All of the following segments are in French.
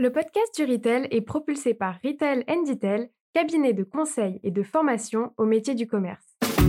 Le podcast du Retail est propulsé par Retail & Detail, cabinet de conseil et de formation au métier du commerce.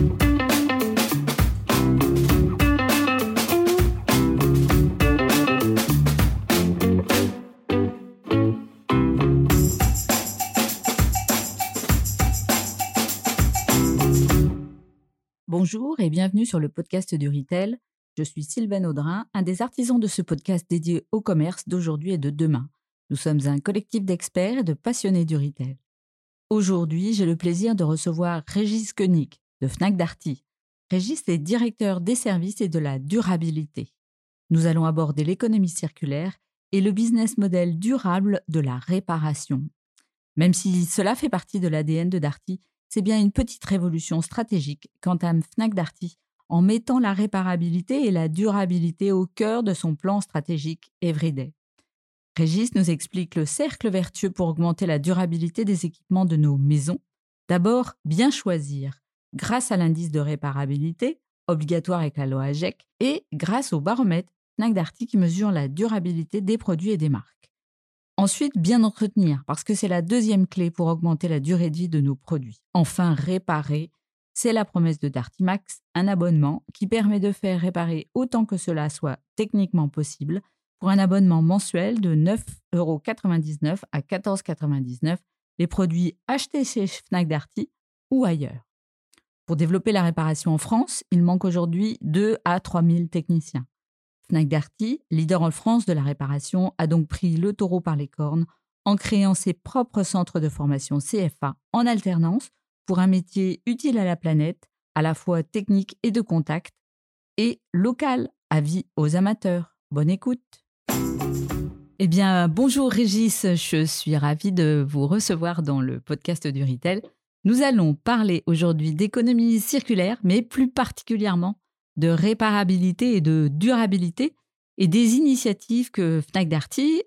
Bonjour et bienvenue sur le podcast du Retail. Je suis Sylvaine Audrin, un des artisans de ce podcast dédié au commerce d'aujourd'hui et de demain. Nous sommes un collectif d'experts et de passionnés du retail. Aujourd'hui, j'ai le plaisir de recevoir Régis Koenig de Fnac Darty. Régis est directeur des services et de la durabilité. Nous allons aborder l'économie circulaire et le business model durable de la réparation. Même si cela fait partie de l'ADN de Darty, c'est bien une petite révolution stratégique qu'entame Fnac Darty en mettant la réparabilité et la durabilité au cœur de son plan stratégique Everyday. Régis nous explique le cercle vertueux pour augmenter la durabilité des équipements de nos maisons. D'abord, bien choisir, grâce à l'indice de réparabilité, obligatoire avec la loi AGEC, et grâce au baromètre Fnac Darty qui mesure la durabilité des produits et des marques. Ensuite, bien entretenir, parce que c'est la deuxième clé pour augmenter la durée de vie de nos produits. Enfin, réparer, c'est la promesse de Darty Max, un abonnement qui permet de faire réparer autant que cela soit techniquement possible pour un abonnement mensuel de 9,99 € à 14,99 € les produits achetés chez Fnac Darty ou ailleurs. Pour développer la réparation en France, il manque aujourd'hui 2 à 3 000 techniciens. Fnac Darty, leader en France de la réparation, a donc pris le taureau par les cornes en créant ses propres centres de formation CFA en alternance pour un métier utile à la planète, à la fois technique et de contact, et local, avis aux amateurs. Bonne écoute. Eh bien, bonjour Régis, je suis ravie de vous recevoir dans le podcast du Retail. Nous allons parler aujourd'hui d'économie circulaire, mais plus particulièrement de réparabilité et de durabilité et des initiatives que Fnac Darty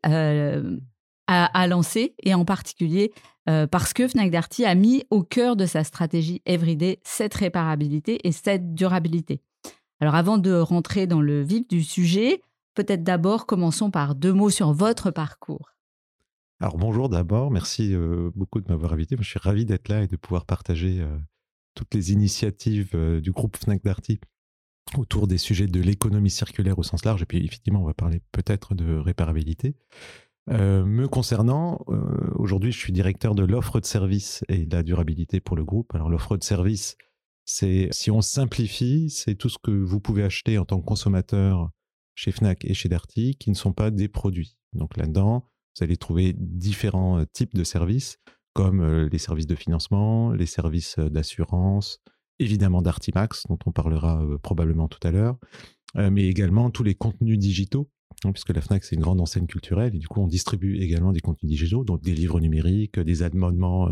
a lancées, et en particulier parce que Fnac Darty a mis au cœur de sa stratégie Everyday cette réparabilité et cette durabilité. Alors avant de rentrer dans le vif du sujet, peut-être d'abord commençons par 2 mots sur votre parcours. Alors bonjour d'abord, merci beaucoup de m'avoir invité. Moi, je suis ravi d'être là et de pouvoir partager toutes les initiatives du groupe Fnac Darty autour des sujets de l'économie circulaire au sens large. Et puis effectivement, on va parler peut-être de réparabilité. Me concernant, aujourd'hui, je suis directeur de l'offre de service et de la durabilité pour le groupe. Alors l'offre de service, c'est, si on simplifie, c'est tout ce que vous pouvez acheter en tant que consommateur chez Fnac et chez Darty qui ne sont pas des produits. Donc là-dedans, vous allez trouver différents types de services, comme les services de financement, les services d'assurance, évidemment Darty Max, dont on parlera probablement tout à l'heure, mais également tous les contenus digitaux, puisque la Fnac, c'est une grande enseigne culturelle, et du coup, on distribue également des contenus digitaux, donc des livres numériques, des abonnements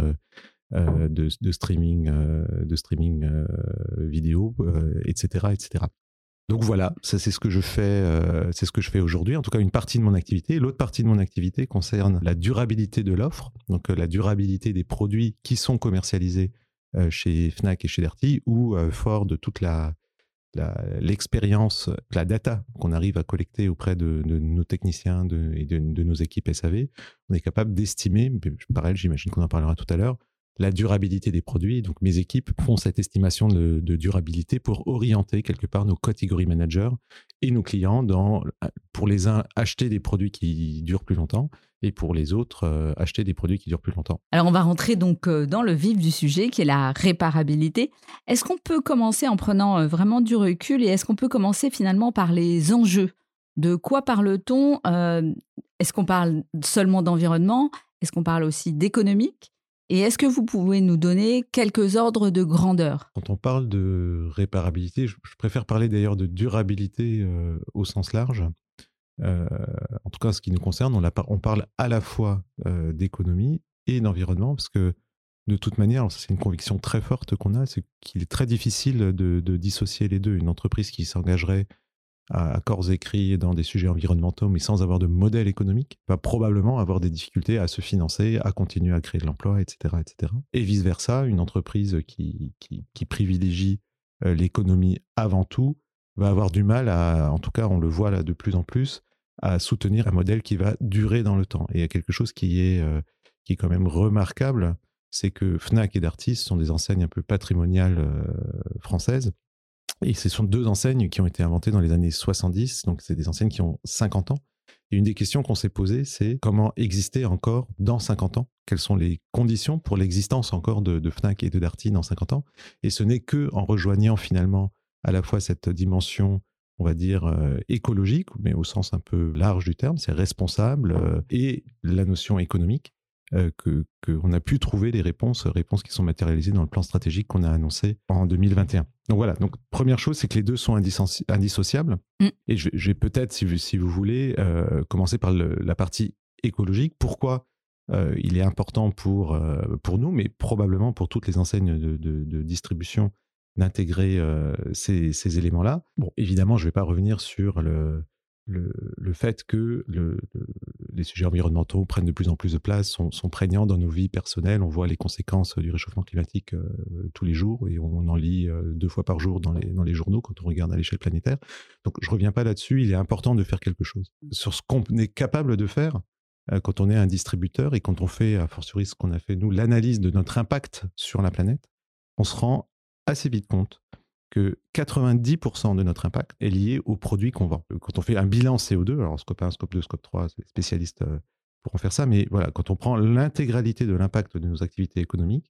de streaming vidéo, etc., etc. Donc voilà, ça c'est ce que je fais aujourd'hui, en tout cas une partie de mon activité. L'autre partie de mon activité concerne la durabilité de l'offre, donc la durabilité des produits qui sont commercialisés chez Fnac et chez Darty, où fort de toute l'expérience, la data qu'on arrive à collecter auprès de nos techniciens et de nos équipes SAV, on est capable d'estimer, pareil, j'imagine qu'on en parlera tout à l'heure, la durabilité des produits. Donc mes équipes font cette estimation de durabilité pour orienter quelque part nos category managers et nos clients pour les uns acheter des produits qui durent plus longtemps et pour les autres acheter des produits qui durent plus longtemps. Alors on va rentrer donc dans le vif du sujet qui est la réparabilité. Est-ce qu'on peut commencer en prenant vraiment du recul et est-ce qu'on peut commencer finalement par les enjeux ? De quoi parle-t-on ? Est-ce qu'on parle seulement d'environnement ? Est-ce qu'on parle aussi d'économique ? Et est-ce que vous pouvez nous donner quelques ordres de grandeur ? Quand on parle de réparabilité, je préfère parler d'ailleurs de durabilité au sens large. En tout cas, en ce qui nous concerne, on parle à la fois d'économie et d'environnement, parce que de toute manière, alors ça, c'est une conviction très forte qu'on a, c'est qu'il est très difficile de dissocier les deux. Une entreprise qui s'engagerait à corps écrits dans des sujets environnementaux, mais sans avoir de modèle économique, va probablement avoir des difficultés à se financer, à continuer à créer de l'emploi, etc., etc. Et vice-versa, une entreprise qui privilégie l'économie avant tout va avoir du mal en tout cas, on le voit là de plus en plus, à soutenir un modèle qui va durer dans le temps. Et il y a quelque chose qui est quand même remarquable, c'est que Fnac et Darty sont des enseignes un peu patrimoniales françaises. Et ce sont deux enseignes qui ont été inventées dans les années 70, donc c'est des enseignes qui ont 50 ans. Et une des questions qu'on s'est posées, c'est comment exister encore dans 50 ans? Quelles sont les conditions pour l'existence encore de Fnac et de Darty dans 50 ans? Et ce n'est qu'en rejoignant finalement à la fois cette dimension, on va dire, écologique, mais au sens un peu large du terme, c'est responsable, et la notion économique, qu'on a pu trouver les réponses qui sont matérialisées dans le plan stratégique qu'on a annoncé en 2021. Donc voilà, donc première chose, c'est que les deux sont indissociables. Et je vais peut-être, si vous voulez, commencer par la partie écologique. Pourquoi il est important pour nous, mais probablement pour toutes les enseignes de distribution, d'intégrer ces éléments-là. Bon, évidemment, je ne vais pas revenir sur le fait que les sujets environnementaux prennent de plus en plus de place, sont prégnants dans nos vies personnelles. On voit les conséquences du réchauffement climatique tous les jours, et on en lit 2 fois par jour dans les journaux quand on regarde à l'échelle planétaire. Donc je ne reviens pas là-dessus, il est important de faire quelque chose. Sur ce qu'on est capable de faire quand on est un distributeur et quand on fait, a fortiori ce qu'on a fait nous, l'analyse de notre impact sur la planète, on se rend assez vite compte que 90% de notre impact est lié aux produits qu'on vend. Quand on fait un bilan CO2, alors scope 1, scope 2, scope 3, les spécialistes pourront faire ça, mais voilà, quand on prend l'intégralité de l'impact de nos activités économiques,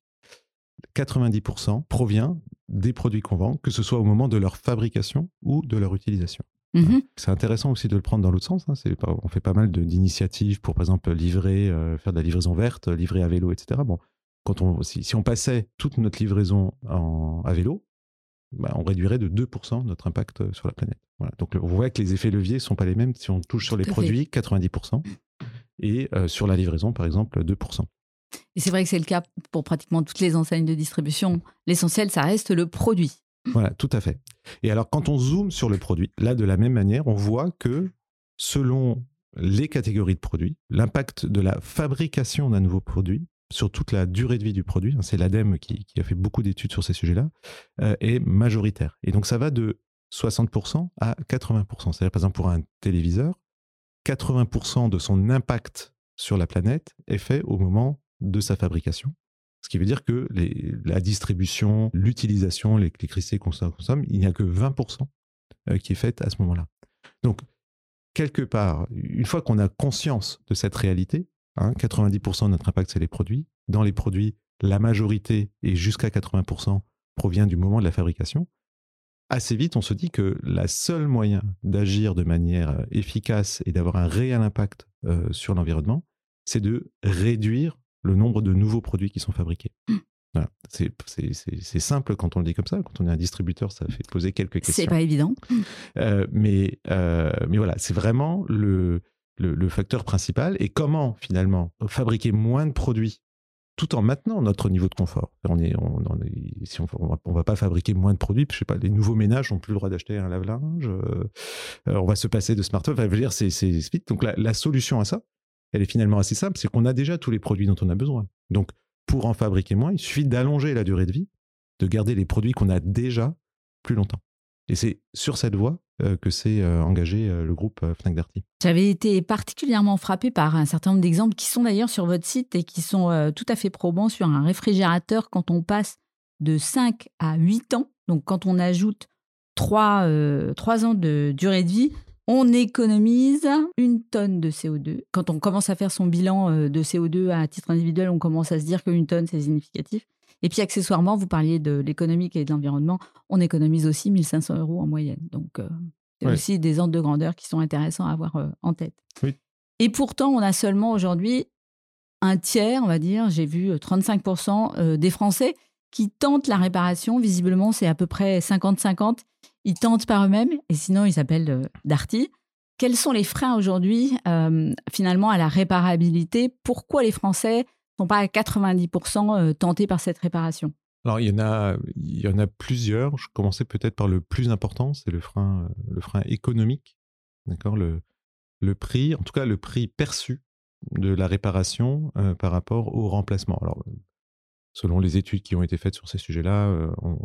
90% provient des produits qu'on vend, que ce soit au moment de leur fabrication ou de leur utilisation. Voilà. C'est intéressant aussi de le prendre dans l'autre sens. On fait pas mal d'initiatives pour, par exemple, livrer, faire de la livraison verte, livrer à vélo, etc. Bon, si on passait toute notre livraison à vélo, on réduirait de 2% notre impact sur la planète. Voilà. Donc on voit que les effets leviers ne sont pas les mêmes si on touche sur les produits, 90%, et sur la livraison, par exemple, 2%. Et c'est vrai que c'est le cas pour pratiquement toutes les enseignes de distribution. L'essentiel, ça reste le produit. Voilà, tout à fait. Et alors, quand on zoome sur le produit, là, de la même manière, on voit que selon les catégories de produits, l'impact de la fabrication d'un nouveau produit sur toute la durée de vie du produit, c'est l'ADEME qui a fait beaucoup d'études sur ces sujets-là, est majoritaire. Et donc, ça va de 60% à 80%. C'est-à-dire, par exemple, pour un téléviseur, 80% de son impact sur la planète est fait au moment de sa fabrication. Ce qui veut dire que la distribution, l'utilisation, l'électricité qu'on consomme, il n'y a que 20% qui est faite à ce moment-là. Donc, quelque part, une fois qu'on a conscience de cette réalité, 90% de notre impact, c'est les produits. Dans les produits, la majorité, et jusqu'à 80%, provient du moment de la fabrication. Assez vite, on se dit que le seul moyen d'agir de manière efficace et d'avoir un réel impact sur l'environnement, c'est de réduire le nombre de nouveaux produits qui sont fabriqués. Voilà. C'est simple quand on le dit comme ça. Quand on est un distributeur, ça fait poser quelques questions. C'est pas évident. Mais voilà, c'est vraiment le facteur principal. Et comment, finalement, fabriquer moins de produits tout en maintenant notre niveau de confort. On va pas fabriquer moins de produits. Je sais pas, les nouveaux ménages n'ont plus le droit d'acheter un lave-linge. On va se passer de smartphone. Enfin, je veux dire, c'est vite. Donc la solution à ça, elle est finalement assez simple. C'est qu'on a déjà tous les produits dont on a besoin. Donc, pour en fabriquer moins, il suffit d'allonger la durée de vie, de garder les produits qu'on a déjà plus longtemps. Et c'est sur cette voie que s'est engagé le groupe Fnac Darty. J'avais été particulièrement frappée par un certain nombre d'exemples qui sont d'ailleurs sur votre site et qui sont tout à fait probants sur un réfrigérateur quand on passe de 5 à 8 ans. Donc quand on ajoute 3 ans de durée de vie, on économise 1 tonne de CO2. Quand on commence à faire son bilan de CO2 à titre individuel, on commence à se dire qu'1 tonne, c'est significatif. Et puis accessoirement, vous parliez de l'économique et de l'environnement, on économise aussi 1 500 € en moyenne. Donc c'est aussi des ordres de grandeur qui sont intéressants à avoir en tête. Oui. Et pourtant, on a seulement aujourd'hui un tiers, on va dire, j'ai vu 35% des Français qui tentent la réparation. Visiblement, c'est à peu près 50-50. Ils tentent par eux-mêmes et sinon, ils s'appellent Darty. Quels sont les freins aujourd'hui, finalement, à la réparabilité? Pourquoi les Français ne sont pas à 90% tentés par cette réparation? Alors, il y en a plusieurs. Je commençais peut-être par le plus important, c'est le frein économique. D'accord, le prix, en tout cas le prix perçu de la réparation par rapport au remplacement. Alors, selon les études qui ont été faites sur ces sujets-là,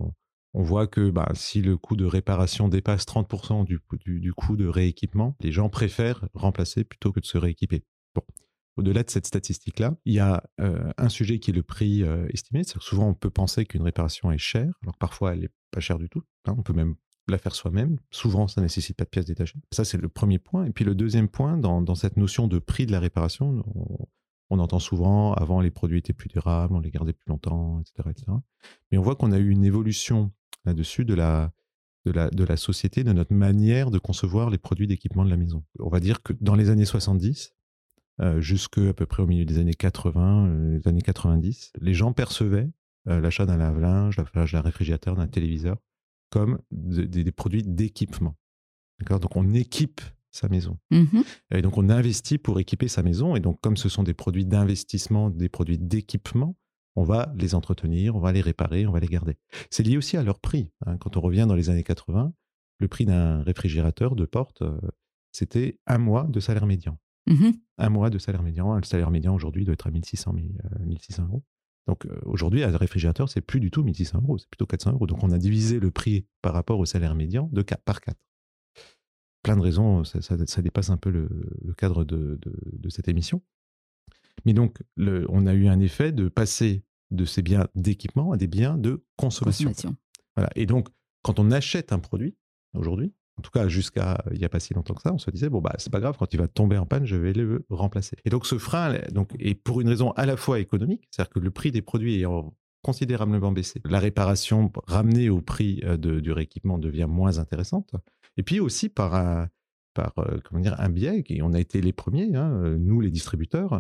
On voit que si le coût de réparation dépasse 30% du coût de rééquipement, les gens préfèrent remplacer plutôt que de se rééquiper. Bon. Au-delà de cette statistique-là, il y a un sujet qui est le prix estimé. C'est-à-dire que souvent, on peut penser qu'une réparation est chère, alors que parfois, elle n'est pas chère du tout. On peut même la faire soi-même. Souvent, ça ne nécessite pas de pièces détachées. Ça, c'est le premier point. Et puis, le deuxième point, dans cette notion de prix de la réparation, on entend souvent, avant, les produits étaient plus durables, on les gardait plus longtemps, etc., etc. Mais on voit qu'on a eu une évolution là-dessus de la société, de notre manière de concevoir les produits d'équipement de la maison. On va dire que dans les années 70, jusqu'à peu près au milieu des années 80, les années 90, les gens percevaient l'achat d'un lave-linge, l'achat d'un réfrigérateur, d'un téléviseur, comme des produits d'équipement. D'accord ? Donc on équipe sa maison. Et donc on investit pour équiper sa maison. Et donc comme ce sont des produits d'investissement, des produits d'équipement, on va les entretenir, on va les réparer, on va les garder. C'est lié aussi à leur prix. Quand on revient dans les années 80, le prix d'un réfrigérateur de porte, c'était 1 mois de salaire médian. 1 mois de salaire médian. Le salaire médian aujourd'hui doit être à 1600 €. Donc aujourd'hui, un réfrigérateur, c'est plus du tout 1600 €, c'est plutôt 400 €. Donc on a divisé le prix par rapport au salaire médian par 4. Plein de raisons, ça dépasse un peu le cadre de cette émission. Mais donc, on a eu un effet de passer de ces biens d'équipement à des biens de consommation. Voilà. Et donc, quand on achète un produit, aujourd'hui, en tout cas jusqu'à il n'y a pas si longtemps que ça, on se disait, c'est pas grave, quand il va tomber en panne, je vais le remplacer. Et donc, ce frein, est pour une raison à la fois économique, c'est-à-dire que le prix des produits ayant considérablement baissé, la réparation ramenée au prix du rééquipement devient moins intéressante. Et puis aussi par un biais, et on a été les premiers, nous les distributeurs,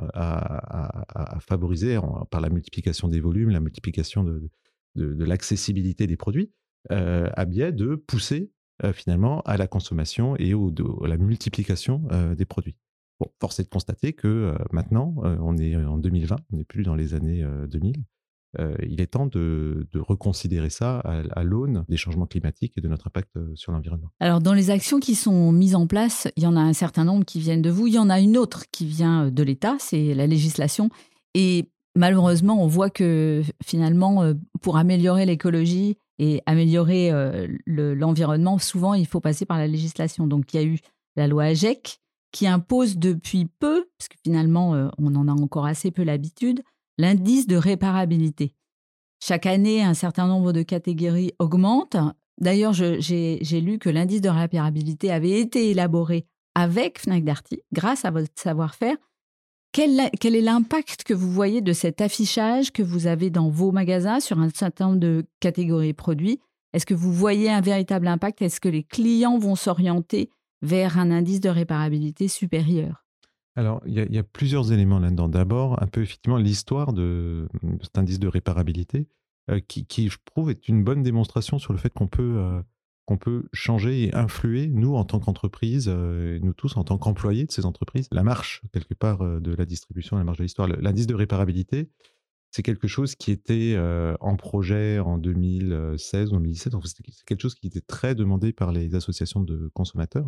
à favoriser par la multiplication des volumes, la multiplication de l'accessibilité des produits, à biais de pousser finalement à la consommation et à la multiplication des produits. Bon, force est de constater que maintenant, on est en 2020, on n'est plus dans les années 2000. Il est temps de reconsidérer ça à l'aune des changements climatiques et de notre impact sur l'environnement. Alors, dans les actions qui sont mises en place, il y en a un certain nombre qui viennent de vous. Il y en a une autre qui vient de l'État, c'est la législation. Et malheureusement, on voit que finalement, pour améliorer l'écologie et améliorer l'environnement, souvent, il faut passer par la législation. Donc, il y a eu la loi AGEC qui impose depuis peu, parce que finalement, on en a encore assez peu l'habitude, l'indice de réparabilité. Chaque année, un certain nombre de catégories augmentent. D'ailleurs, j'ai lu que l'indice de réparabilité avait été élaboré avec Fnac Darty, grâce à votre savoir-faire. Quel est l'impact que vous voyez de cet affichage que vous avez dans vos magasins sur un certain nombre de catégories produits ? Est-ce que vous voyez un véritable impact ? Est-ce que les clients vont s'orienter vers un indice de réparabilité supérieur ? Alors, il y a plusieurs éléments là-dedans. D'abord, un peu effectivement l'histoire de cet indice de réparabilité, qui, je trouve, est une bonne démonstration sur le fait qu'on peut changer et influer, nous, en tant qu'entreprise, nous tous, en tant qu'employés de ces entreprises, la marche, quelque part, de la distribution, la marche de l'histoire. L'indice de réparabilité, c'est quelque chose qui était en projet en 2016 ou 2017. En fait, c'est quelque chose qui était très demandé par les associations de consommateurs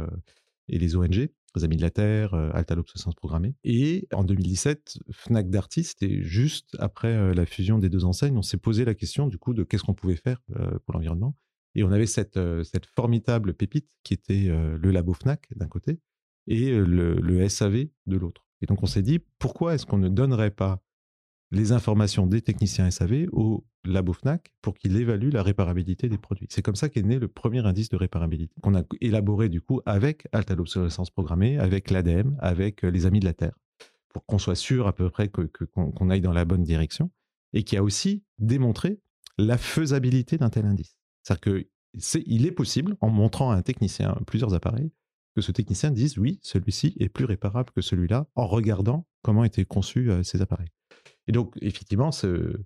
et les ONG, les Amis de la Terre, Alta l'obsolescence programmée. Et en 2017, Fnac Darty, c'était juste après la fusion des deux enseignes, on s'est posé la question du coup de qu'est-ce qu'on pouvait faire pour l'environnement. Et on avait cette formidable pépite qui était le labo Fnac d'un côté et le SAV de l'autre. Et donc on s'est dit, pourquoi est-ce qu'on ne donnerait pas les informations des techniciens SAV au labo Fnac pour qu'il évalue la réparabilité des produits. C'est comme ça qu'est né le premier indice de réparabilité qu'on a élaboré du coup avec Alta l'obsolescence programmée, avec l'ADEME, avec les Amis de la Terre, pour qu'on soit sûr à peu près qu'on aille dans la bonne direction, et qui a aussi démontré la faisabilité d'un tel indice. C'est-à-dire qu'il est possible, en montrant à un technicien plusieurs appareils, que ce technicien dise oui, celui-ci est plus réparable que celui-là, en regardant comment étaient conçus ces appareils. Et donc, effectivement, ce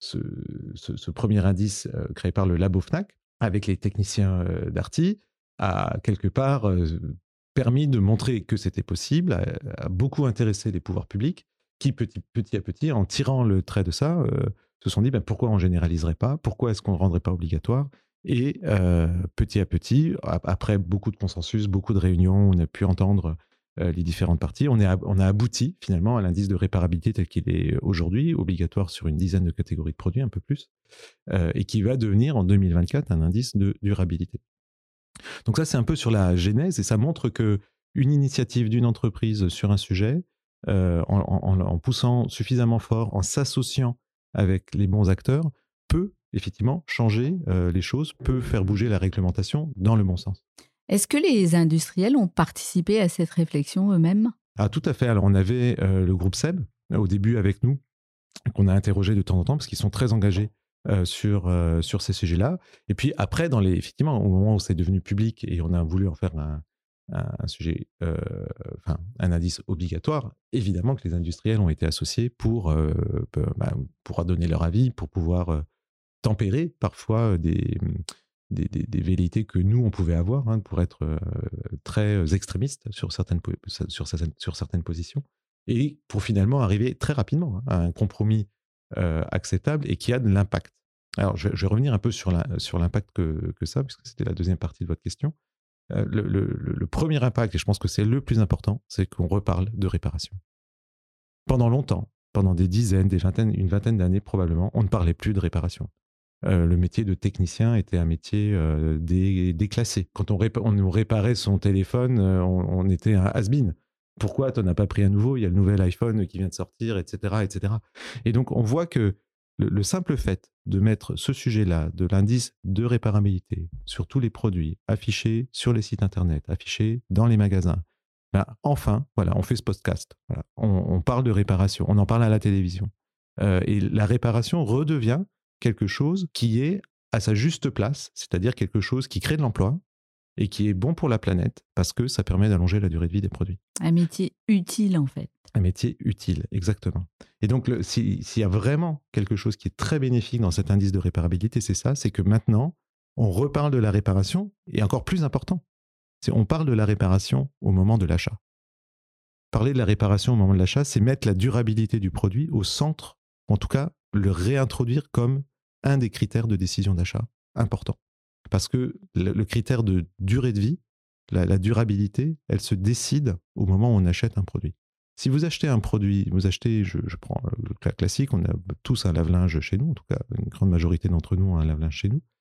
premier indice créé par le labo Fnac, avec les techniciens Darty, a quelque part permis de montrer que c'était possible, a beaucoup intéressé les pouvoirs publics, qui petit à petit, en tirant le trait de ça, se sont dit pourquoi on ne généraliserait pas, pourquoi est-ce qu'on ne rendrait pas obligatoire. Et petit à petit, après beaucoup de consensus, beaucoup de réunions, on a pu entendre les différentes parties. On a abouti finalement à l'indice de réparabilité tel qu'il est aujourd'hui, obligatoire sur une dizaine de catégories de produits, un peu plus, et qui va devenir en 2024 un indice de durabilité. Donc ça, c'est un peu sur la genèse, et ça montre que une initiative d'une entreprise sur un sujet, en poussant suffisamment fort, en s'associant avec les bons acteurs, peut effectivement changer les choses, peut faire bouger la réglementation dans le bon sens. Est-ce que les industriels ont participé à cette réflexion eux-mêmes ? Ah, tout à fait. Alors, on avait le groupe SEB au début avec nous, qu'on a interrogé de temps en temps, parce qu'ils sont très engagés sur ces sujets-là. Et puis après, effectivement, au moment où c'est devenu public et on a voulu en faire un sujet, un indice obligatoire, évidemment que les industriels ont été associés pour donner leur avis, pour pouvoir tempérer parfois des velléités que nous, on pouvait avoir, pour être très extrémistes sur certaines positions, et pour finalement arriver très rapidement à un compromis acceptable et qui a de l'impact. Alors, je vais revenir un peu sur l'impact que ça, puisque c'était la deuxième partie de votre question. Le premier impact, et je pense que c'est le plus important, c'est qu'on reparle de réparation. Pendant longtemps, pendant des dizaines, une vingtaine d'années probablement, on ne parlait plus de réparation. Le métier de technicien était un métier déclassé. Quand on nous réparait son téléphone, on était un has-been. Pourquoi tu n'as pas pris un nouveau ? Il y a le nouvel iPhone qui vient de sortir, etc. etc. Et donc, on voit que le simple fait de mettre ce sujet-là, de l'indice de réparabilité sur tous les produits, affichés sur les sites Internet, affichés dans les magasins, enfin, voilà, on fait ce podcast. Voilà. On parle de réparation, on en parle à la télévision. Et la réparation redevient quelque chose qui est à sa juste place, c'est-à-dire quelque chose qui crée de l'emploi et qui est bon pour la planète parce que ça permet d'allonger la durée de vie des produits. Un métier utile, en fait. Un métier utile, exactement. Et donc, s'il y a vraiment quelque chose qui est très bénéfique dans cet indice de réparabilité, c'est ça, c'est que maintenant, on reparle de la réparation, et encore plus important, on parle de la réparation au moment de l'achat. Parler de la réparation au moment de l'achat, c'est mettre la durabilité du produit au centre, en tout cas, le réintroduire comme un des critères de décision d'achat important. Parce que le critère de durée de vie, la durabilité, elle se décide au moment où on achète un produit. Si vous achetez un produit, je prends le cas classique, on a tous un lave-linge chez nous, en tout cas une grande majorité d'entre nous a un lave-linge chez nous.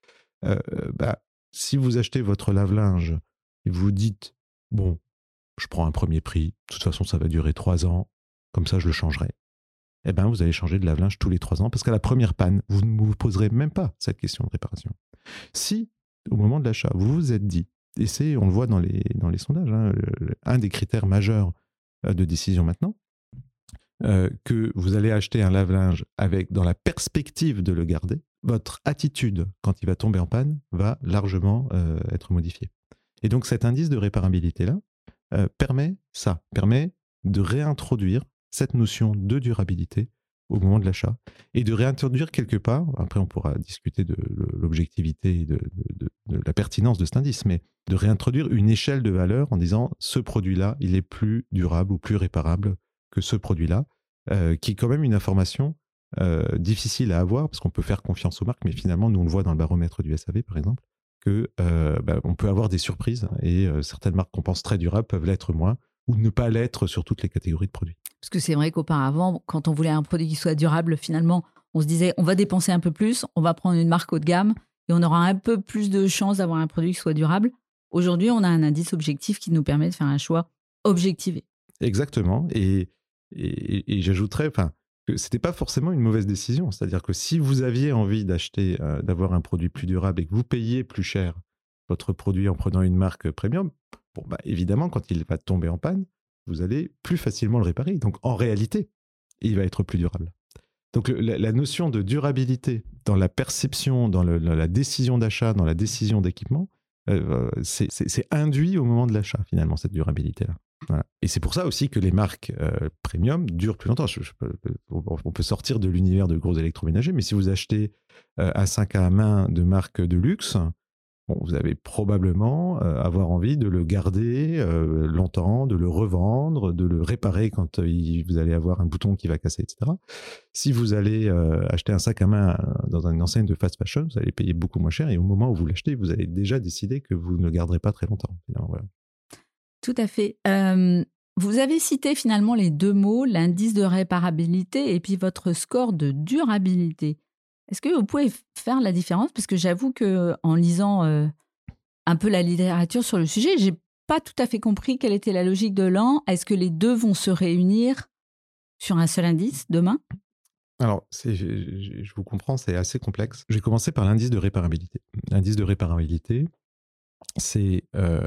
Si vous achetez votre lave-linge et vous dites, bon, je prends un premier prix, de toute façon ça va durer 3 ans, comme ça je le changerai. Eh bien, vous allez changer de lave-linge tous les 3 ans, parce qu'à la première panne, vous ne vous poserez même pas cette question de réparation. Si, au moment de l'achat, vous vous êtes dit, et on le voit dans les sondages, un des critères majeurs de décision maintenant, que vous allez acheter un lave-linge dans la perspective de le garder, votre attitude, quand il va tomber en panne, va largement être modifiée. Et donc, cet indice de réparabilité-là permet de réintroduire cette notion de durabilité au moment de l'achat et de réintroduire quelque part, après on pourra discuter de l'objectivité et de la pertinence de cet indice, mais de réintroduire une échelle de valeur en disant ce produit-là, il est plus durable ou plus réparable que ce produit-là, qui est quand même une information difficile à avoir parce qu'on peut faire confiance aux marques, mais finalement, nous on le voit dans le baromètre du SAV par exemple, que on peut avoir des surprises et certaines marques qu'on pense très durables peuvent l'être moins ou ne pas l'être sur toutes les catégories de produits. Parce que c'est vrai qu'auparavant, quand on voulait un produit qui soit durable, finalement, on se disait on va dépenser un peu plus, on va prendre une marque haut de gamme et on aura un peu plus de chances d'avoir un produit qui soit durable. Aujourd'hui, on a un indice objectif qui nous permet de faire un choix objectivé. Exactement. Et j'ajouterais que ce n'était pas forcément une mauvaise décision. C'est-à-dire que si vous aviez envie d'avoir un produit plus durable et que vous payiez plus cher votre produit en prenant une marque premium, évidemment, quand il va tomber en panne, vous allez plus facilement le réparer. Donc, en réalité, il va être plus durable. Donc, la notion de durabilité dans la perception, dans la décision d'achat, dans la décision d'équipement, c'est induit au moment de l'achat, finalement, cette durabilité-là. Voilà. Et c'est pour ça aussi que les marques premium durent plus longtemps. On peut sortir de l'univers de gros électroménagers, mais si vous achetez un sac à main de marque de luxe, vous allez probablement avoir envie de le garder longtemps, de le revendre, de le réparer quand vous allez avoir un bouton qui va casser, etc. Si vous allez acheter un sac à main dans une enseigne de fast fashion, vous allez payer beaucoup moins cher et au moment où vous l'achetez, vous allez déjà décider que vous ne le garderez pas très longtemps. Voilà. Tout à fait. Vous avez cité finalement les deux mots, l'indice de réparabilité et puis votre score de durabilité. Est-ce que vous pouvez faire la différence? Parce que j'avoue qu'en lisant un peu la littérature sur le sujet, j'ai pas tout à fait compris quelle était la logique de l'un. Est-ce que les deux vont se réunir sur un seul indice demain? Alors, je vous comprends, c'est assez complexe. Je vais commencer par l'indice de réparabilité. L'indice de réparabilité, c'est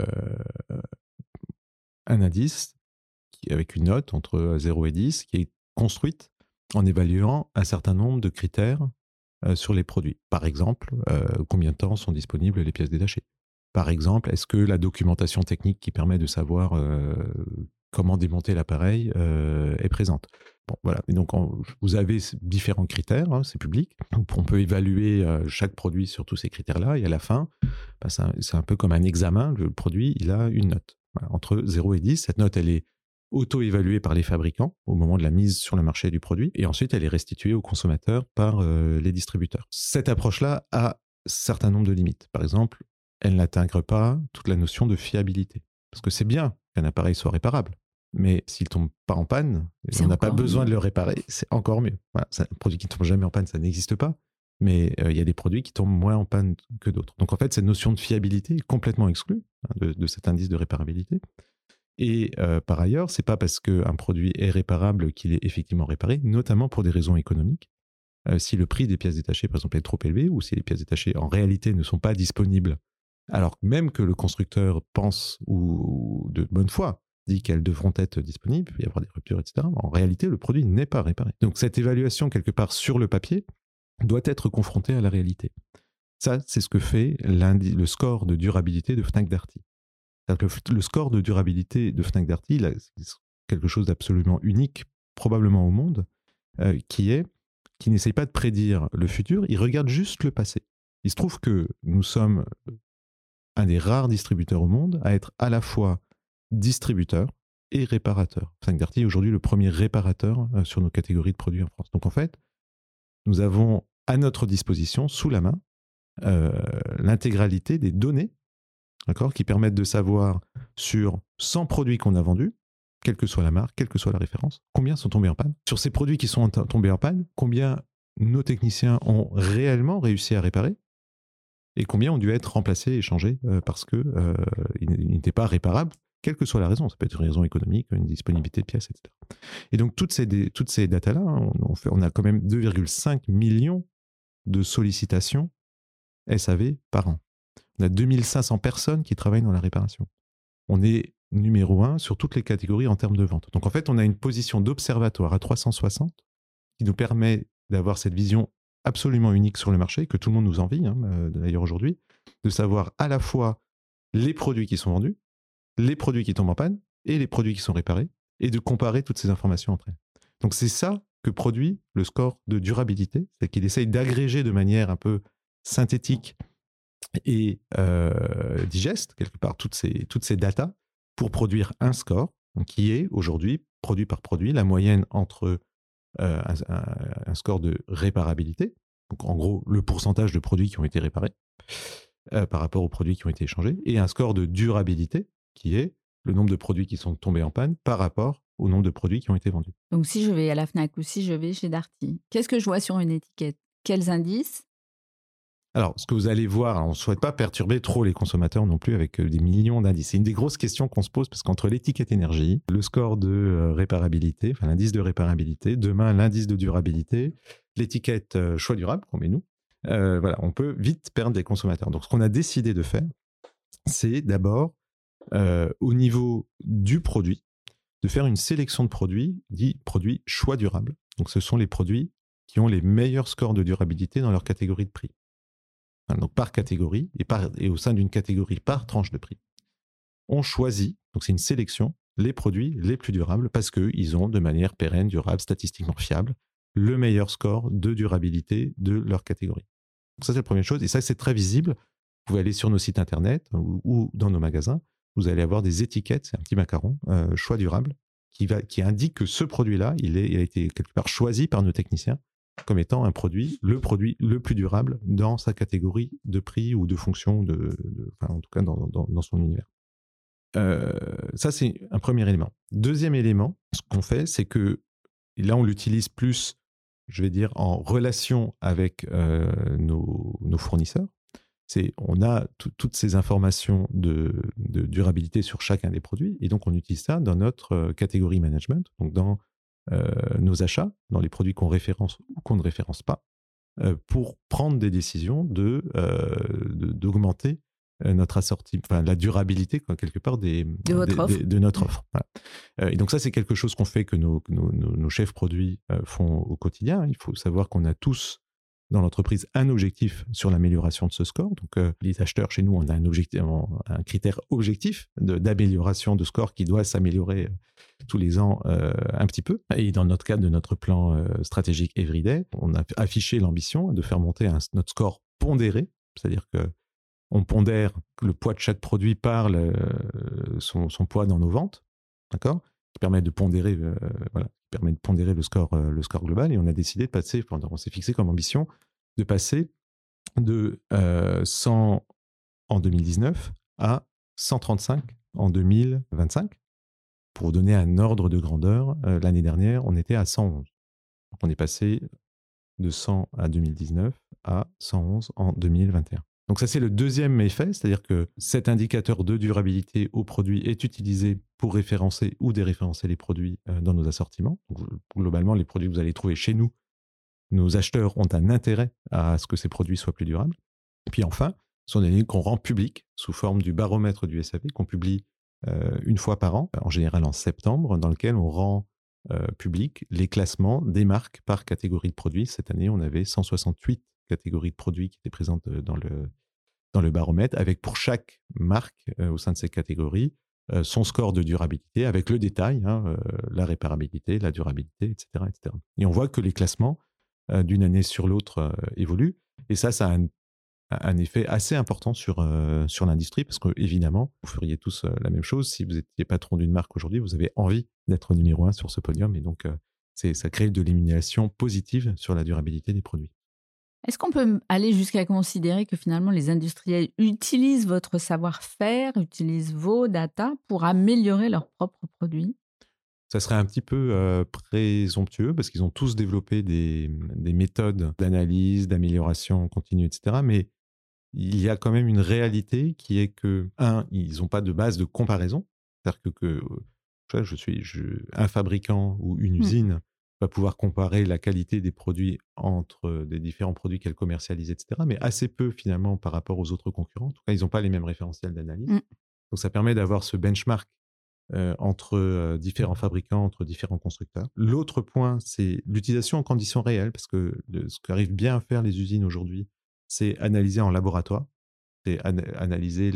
un indice avec une note entre 0 et 10 qui est construite en évaluant un certain nombre de critères sur les produits. Par exemple, combien de temps sont disponibles les pièces détachées? Par exemple, est-ce que la documentation technique qui permet de savoir comment démonter l'appareil est présente? Bon, voilà. Et donc, vous avez différents critères, hein, c'est public. On peut évaluer chaque produit sur tous ces critères-là, et à la fin, bah, c'est un peu comme un examen. Le produit, il a une note. Voilà, entre 0 et 10, cette note, elle est auto-évaluée par les fabricants au moment de la mise sur le marché du produit, et ensuite elle est restituée aux consommateurs par les distributeurs. Cette approche-là a un certain nombre de limites. Par exemple, elle n'intègre pas toute la notion de fiabilité. Parce que c'est bien qu'un appareil soit réparable, mais s'il ne tombe pas en panne, on n'a pas besoin de le réparer, c'est encore mieux. Voilà, un produit qui ne tombe jamais en panne, ça n'existe pas, mais il y a des produits qui tombent moins en panne que d'autres. Donc en fait, cette notion de fiabilité est complètement exclue de cet indice de réparabilité. Et par ailleurs, c'est pas parce qu'un produit est réparable qu'il est effectivement réparé, notamment pour des raisons économiques. Si le prix des pièces détachées, par exemple, est trop élevé, ou si les pièces détachées, en réalité, ne sont pas disponibles, alors même que le constructeur pense, ou de bonne foi, dit qu'elles devront être disponibles, il peut y avoir des ruptures, etc. En réalité, le produit n'est pas réparé. Donc cette évaluation, quelque part sur le papier, doit être confrontée à la réalité. Ça, c'est ce que fait le score de durabilité de Fnac Darty. Le score de durabilité de Fnac Darty, c'est quelque chose d'absolument unique, probablement au monde, qui n'essaye pas de prédire le futur, il regarde juste le passé. Il se trouve que nous sommes un des rares distributeurs au monde à être à la fois distributeur et réparateur. Fnac Darty est aujourd'hui le premier réparateur sur nos catégories de produits en France. Donc en fait, nous avons à notre disposition, sous la main, l'intégralité des données, d'accord, qui permettent de savoir sur 100 produits qu'on a vendus, quelle que soit la marque, quelle que soit la référence, combien sont tombés en panne. Sur ces produits qui sont tombés en panne, combien nos techniciens ont réellement réussi à réparer et combien ont dû être remplacés et changés parce qu'ils n'étaient pas réparables, quelle que soit la raison. Ça peut être une raison économique, une disponibilité de pièces, etc. Et donc, toutes ces datas-là, on a quand même 2,5 millions de sollicitations SAV par an. On a 2500 personnes qui travaillent dans la réparation. On est numéro 1 sur toutes les catégories en termes de vente. Donc en fait, on a une position d'observatoire à 360 qui nous permet d'avoir cette vision absolument unique sur le marché, que tout le monde nous envie, d'ailleurs aujourd'hui, de savoir à la fois les produits qui sont vendus, les produits qui tombent en panne et les produits qui sont réparés, et de comparer toutes ces informations entre elles. Donc c'est ça que produit le score de durabilité, c'est qu'il essaye d'agréger de manière un peu synthétique et digeste quelque part toutes ces datas pour produire un score qui est aujourd'hui, produit par produit, la moyenne entre un score de réparabilité, donc en gros le pourcentage de produits qui ont été réparés par rapport aux produits qui ont été échangés, et un score de durabilité qui est le nombre de produits qui sont tombés en panne par rapport au nombre de produits qui ont été vendus. Donc si je vais à la Fnac ou si je vais chez Darty, qu'est-ce que je vois sur une étiquette? Quels indices? Alors, ce que vous allez voir, on ne souhaite pas perturber trop les consommateurs non plus avec des millions d'indices. C'est une des grosses questions qu'on se pose parce qu'entre l'étiquette énergie, le score de réparabilité, enfin l'indice de réparabilité, demain l'indice de durabilité, l'étiquette choix durable qu'on met nous, voilà, on peut vite perdre des consommateurs. Donc, ce qu'on a décidé de faire, c'est d'abord, au niveau du produit, de faire une sélection de produits, dit produits choix durable. Donc, ce sont les produits qui ont les meilleurs scores de durabilité dans leur catégorie de prix. Donc par catégorie et au sein d'une catégorie par tranche de prix. On choisit, donc c'est une sélection, les produits les plus durables parce qu'ils ont de manière pérenne, durable, statistiquement fiable, le meilleur score de durabilité de leur catégorie. Donc ça c'est la première chose et ça c'est très visible. Vous pouvez aller sur nos sites internet ou dans nos magasins, vous allez avoir des étiquettes, c'est un petit macaron, choix durable, qui indique que ce produit-là, il a été quelque part choisi par nos techniciens comme étant le produit le plus durable dans sa catégorie de prix ou de fonction, enfin, en tout cas dans son univers. Ça, c'est un premier élément. Deuxième élément, ce qu'on fait, c'est que et là, on l'utilise plus, je vais dire, en relation avec nos fournisseurs. On a toutes ces informations de durabilité sur chacun des produits, et donc on utilise ça dans notre catégorie management, donc dans nos achats, dans les produits qu'on référence ou qu'on ne référence pas, pour prendre des décisions d'augmenter notre assorti, enfin la durabilité quelque part de notre offre. Voilà. Et donc ça, c'est quelque chose qu'on fait, que nos chefs produits font au quotidien. Il faut savoir qu'on a tous dans l'entreprise un objectif sur l'amélioration de ce score. Donc les acheteurs chez nous, on a un critère objectif d'amélioration de score qui doit s'améliorer tous les ans un petit peu. Et dans notre cadre de notre plan stratégique Everyday, on a affiché l'ambition de faire monter notre score pondéré, c'est-à-dire que on pondère le poids de chaque produit par son poids dans nos ventes, d'accord, qui permet de pondérer, le score global. Et on a décidé de passer, on s'est fixé comme ambition de passer de 100 en 2019 à 135 en 2025. Pour vous donner un ordre de grandeur, l'année dernière, on était à 111. Donc on est passé de 100 à 2019 à 111 en 2021. Donc ça, c'est le deuxième effet, c'est-à-dire que cet indicateur de durabilité au produit est utilisé pour référencer ou déréférencer les produits dans nos assortiments. Donc, globalement, les produits que vous allez trouver chez nous, nos acheteurs ont un intérêt à ce que ces produits soient plus durables. Et puis enfin, ce sont des données qu'on rend publiques sous forme du baromètre du SAP, qu'on publie une fois par an, en général en septembre, dans lequel on rend public les classements des marques par catégorie de produits. Cette année, on avait 168 catégories de produits qui étaient présentes dans le baromètre, avec pour chaque marque au sein de ces catégories son score de durabilité, avec le détail, la réparabilité, la durabilité, etc., etc. Et on voit que les classements, d'une année sur l'autre, évoluent. Et ça a un effet assez important sur l'industrie, parce que évidemment, vous feriez tous la même chose. Si vous étiez patron d'une marque aujourd'hui, vous avez envie d'être numéro 1 sur ce podium, et donc ça crée de l'élimination positive sur la durabilité des produits. Est-ce qu'on peut aller jusqu'à considérer que finalement les industriels utilisent votre savoir-faire, utilisent vos datas pour améliorer leurs propres produits ? Ça serait un petit peu présomptueux, parce qu'ils ont tous développé des méthodes d'analyse, d'amélioration continue, etc. Mais il y a quand même une réalité qui est que, ils n'ont pas de base de comparaison. C'est-à-dire que un fabricant ou une usine va pouvoir comparer la qualité des produits entre des différents produits qu'elle commercialise, etc. Mais assez peu, finalement, par rapport aux autres concurrents. En tout cas, ils n'ont pas les mêmes référentiels d'analyse. Donc, ça permet d'avoir ce benchmark entre différents fabricants, entre différents constructeurs. L'autre point, c'est l'utilisation en conditions réelles, parce que ce qu'arrivent bien à faire les usines aujourd'hui, c'est analyser en laboratoire, c'est analyser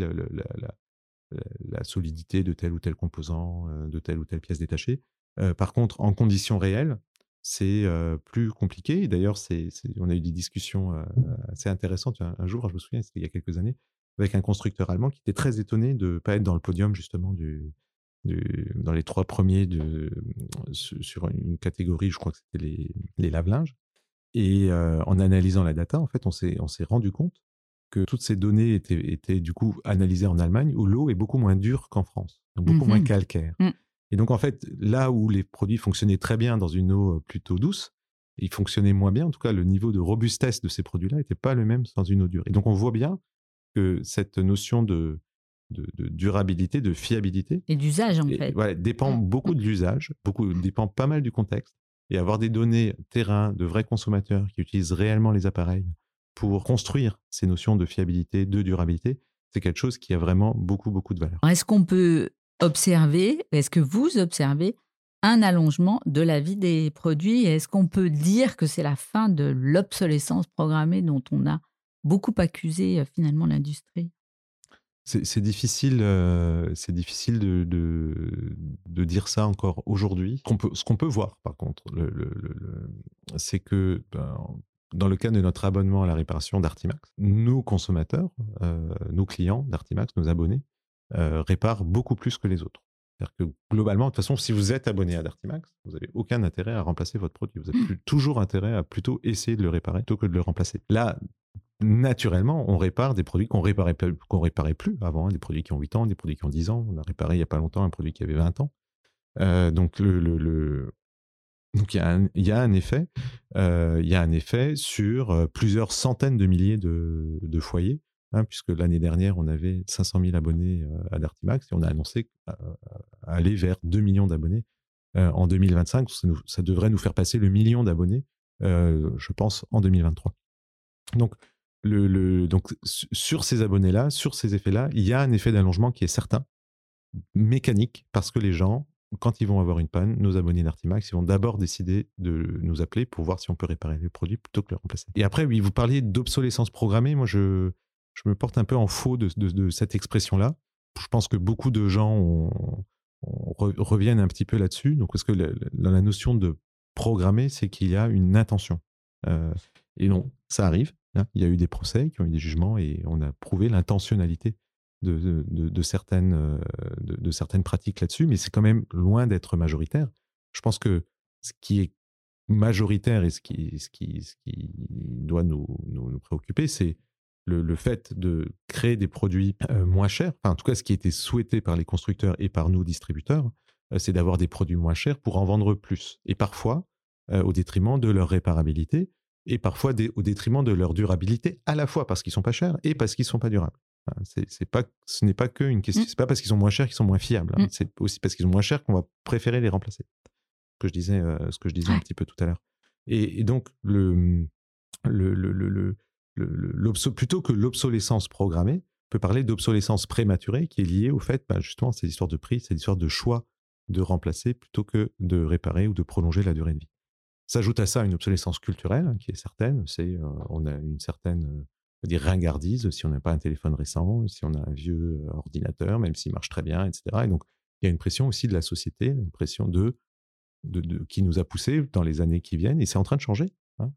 la solidité de tel ou tel composant, de telle ou telle pièce détachée. Par contre, en conditions réelles, c'est plus compliqué. Et d'ailleurs, on a eu des discussions assez intéressantes un jour, je me souviens, c'était il y a quelques années, avec un constructeur allemand qui était très étonné de ne pas être dans le podium, justement, dans les 3 premiers sur une catégorie, je crois que c'était les lave-linges. Et en analysant la data, en fait, on s'est rendu compte que toutes ces données étaient du coup analysées en Allemagne, où l'eau est beaucoup moins dure qu'en France, donc beaucoup moins calcaire. Et donc, en fait, là où les produits fonctionnaient très bien dans une eau plutôt douce, ils fonctionnaient moins bien. En tout cas, le niveau de robustesse de ces produits-là n'était pas le même dans une eau dure. Et donc, on voit bien que cette notion de durabilité, de fiabilité. Et d'usage, en fait. Ouais, dépend beaucoup de l'usage, dépend pas mal du contexte. Et avoir des données terrain de vrais consommateurs qui utilisent réellement les appareils pour construire ces notions de fiabilité, de durabilité, c'est quelque chose qui a vraiment beaucoup, beaucoup de valeur. Est-ce qu'on peut observer, est-ce que vous observez un allongement de la vie des produits? Est-ce qu'on peut dire que c'est la fin de l'obsolescence programmée dont on a beaucoup accusé finalement l'industrie? C'est difficile de dire ça encore aujourd'hui. Ce qu'on peut voir, par contre, c'est que dans le cadre de notre abonnement à la réparation d'Artimax, nos consommateurs, nos clients d'Artimax, nos abonnés, réparent beaucoup plus que les autres. C'est-à-dire que globalement, de toute façon, si vous êtes abonné à Dartimax, vous n'avez aucun intérêt à remplacer votre produit. Vous avez toujours intérêt à plutôt essayer de le réparer plutôt que de le remplacer. Là, naturellement, on répare des produits qu'on réparait plus avant, hein, des produits qui ont 8 ans, des produits qui ont 10 ans. On a réparé il n'y a pas longtemps un produit qui avait 20 ans. Donc, donc il y a un effet, sur plusieurs centaines de milliers de foyers, hein, puisque l'année dernière, on avait 500 000 abonnés à Dartimax et on a annoncé aller vers 2 millions d'abonnés en 2025. Ça devrait nous faire passer le million d'abonnés, je pense, en 2023. Donc, donc sur ces abonnés-là, sur ces effets-là, il y a un effet d'allongement qui est certain, mécanique, parce que les gens, quand ils vont avoir une panne, nos abonnés d'Artimax, ils vont d'abord décider de nous appeler pour voir si on peut réparer le produit plutôt que le remplacer. Et après, oui, vous parliez d'obsolescence programmée. Moi, je me porte un peu en faux de cette expression-là. Je pense que beaucoup de gens reviennent un petit peu là-dessus. Donc, parce que la notion de programmer, c'est qu'il y a une intention. Et non, ça arrive. Hein. Il y a eu des procès qui ont eu des jugements et on a prouvé l'intentionnalité de certaines pratiques là-dessus, mais c'est quand même loin d'être majoritaire. Je pense que ce qui est majoritaire et ce qui doit nous préoccuper, c'est le fait de créer des produits moins chers. Enfin, en tout cas, ce qui a été souhaité par les constructeurs et par nous, distributeurs, c'est d'avoir des produits moins chers pour en vendre plus. Et parfois, au détriment de leur réparabilité, et parfois au détriment de leur durabilité, à la fois parce qu'ils ne sont pas chers et parce qu'ils ne sont pas durables. Enfin, ce n'est pas qu'une question. C'est pas parce qu'ils sont moins chers qu'ils sont moins fiables. Hein. C'est aussi parce qu'ils sont moins chers qu'on va préférer les remplacer. Ce que je disais un petit peu tout à l'heure. Et donc, plutôt que l'obsolescence programmée, on peut parler d'obsolescence prématurée qui est liée au fait, justement, c'est l'histoire de prix, c'est l'histoire de choix de remplacer plutôt que de réparer ou de prolonger la durée de vie. S'ajoute à ça une obsolescence culturelle qui est certaine. On a une certaine ringardise si on n'a pas un téléphone récent, si on a un vieux ordinateur, même s'il marche très bien, etc. Et donc, il y a une pression aussi de la société, une pression qui nous a poussé dans les années qui viennent, et c'est en train de changer, hein,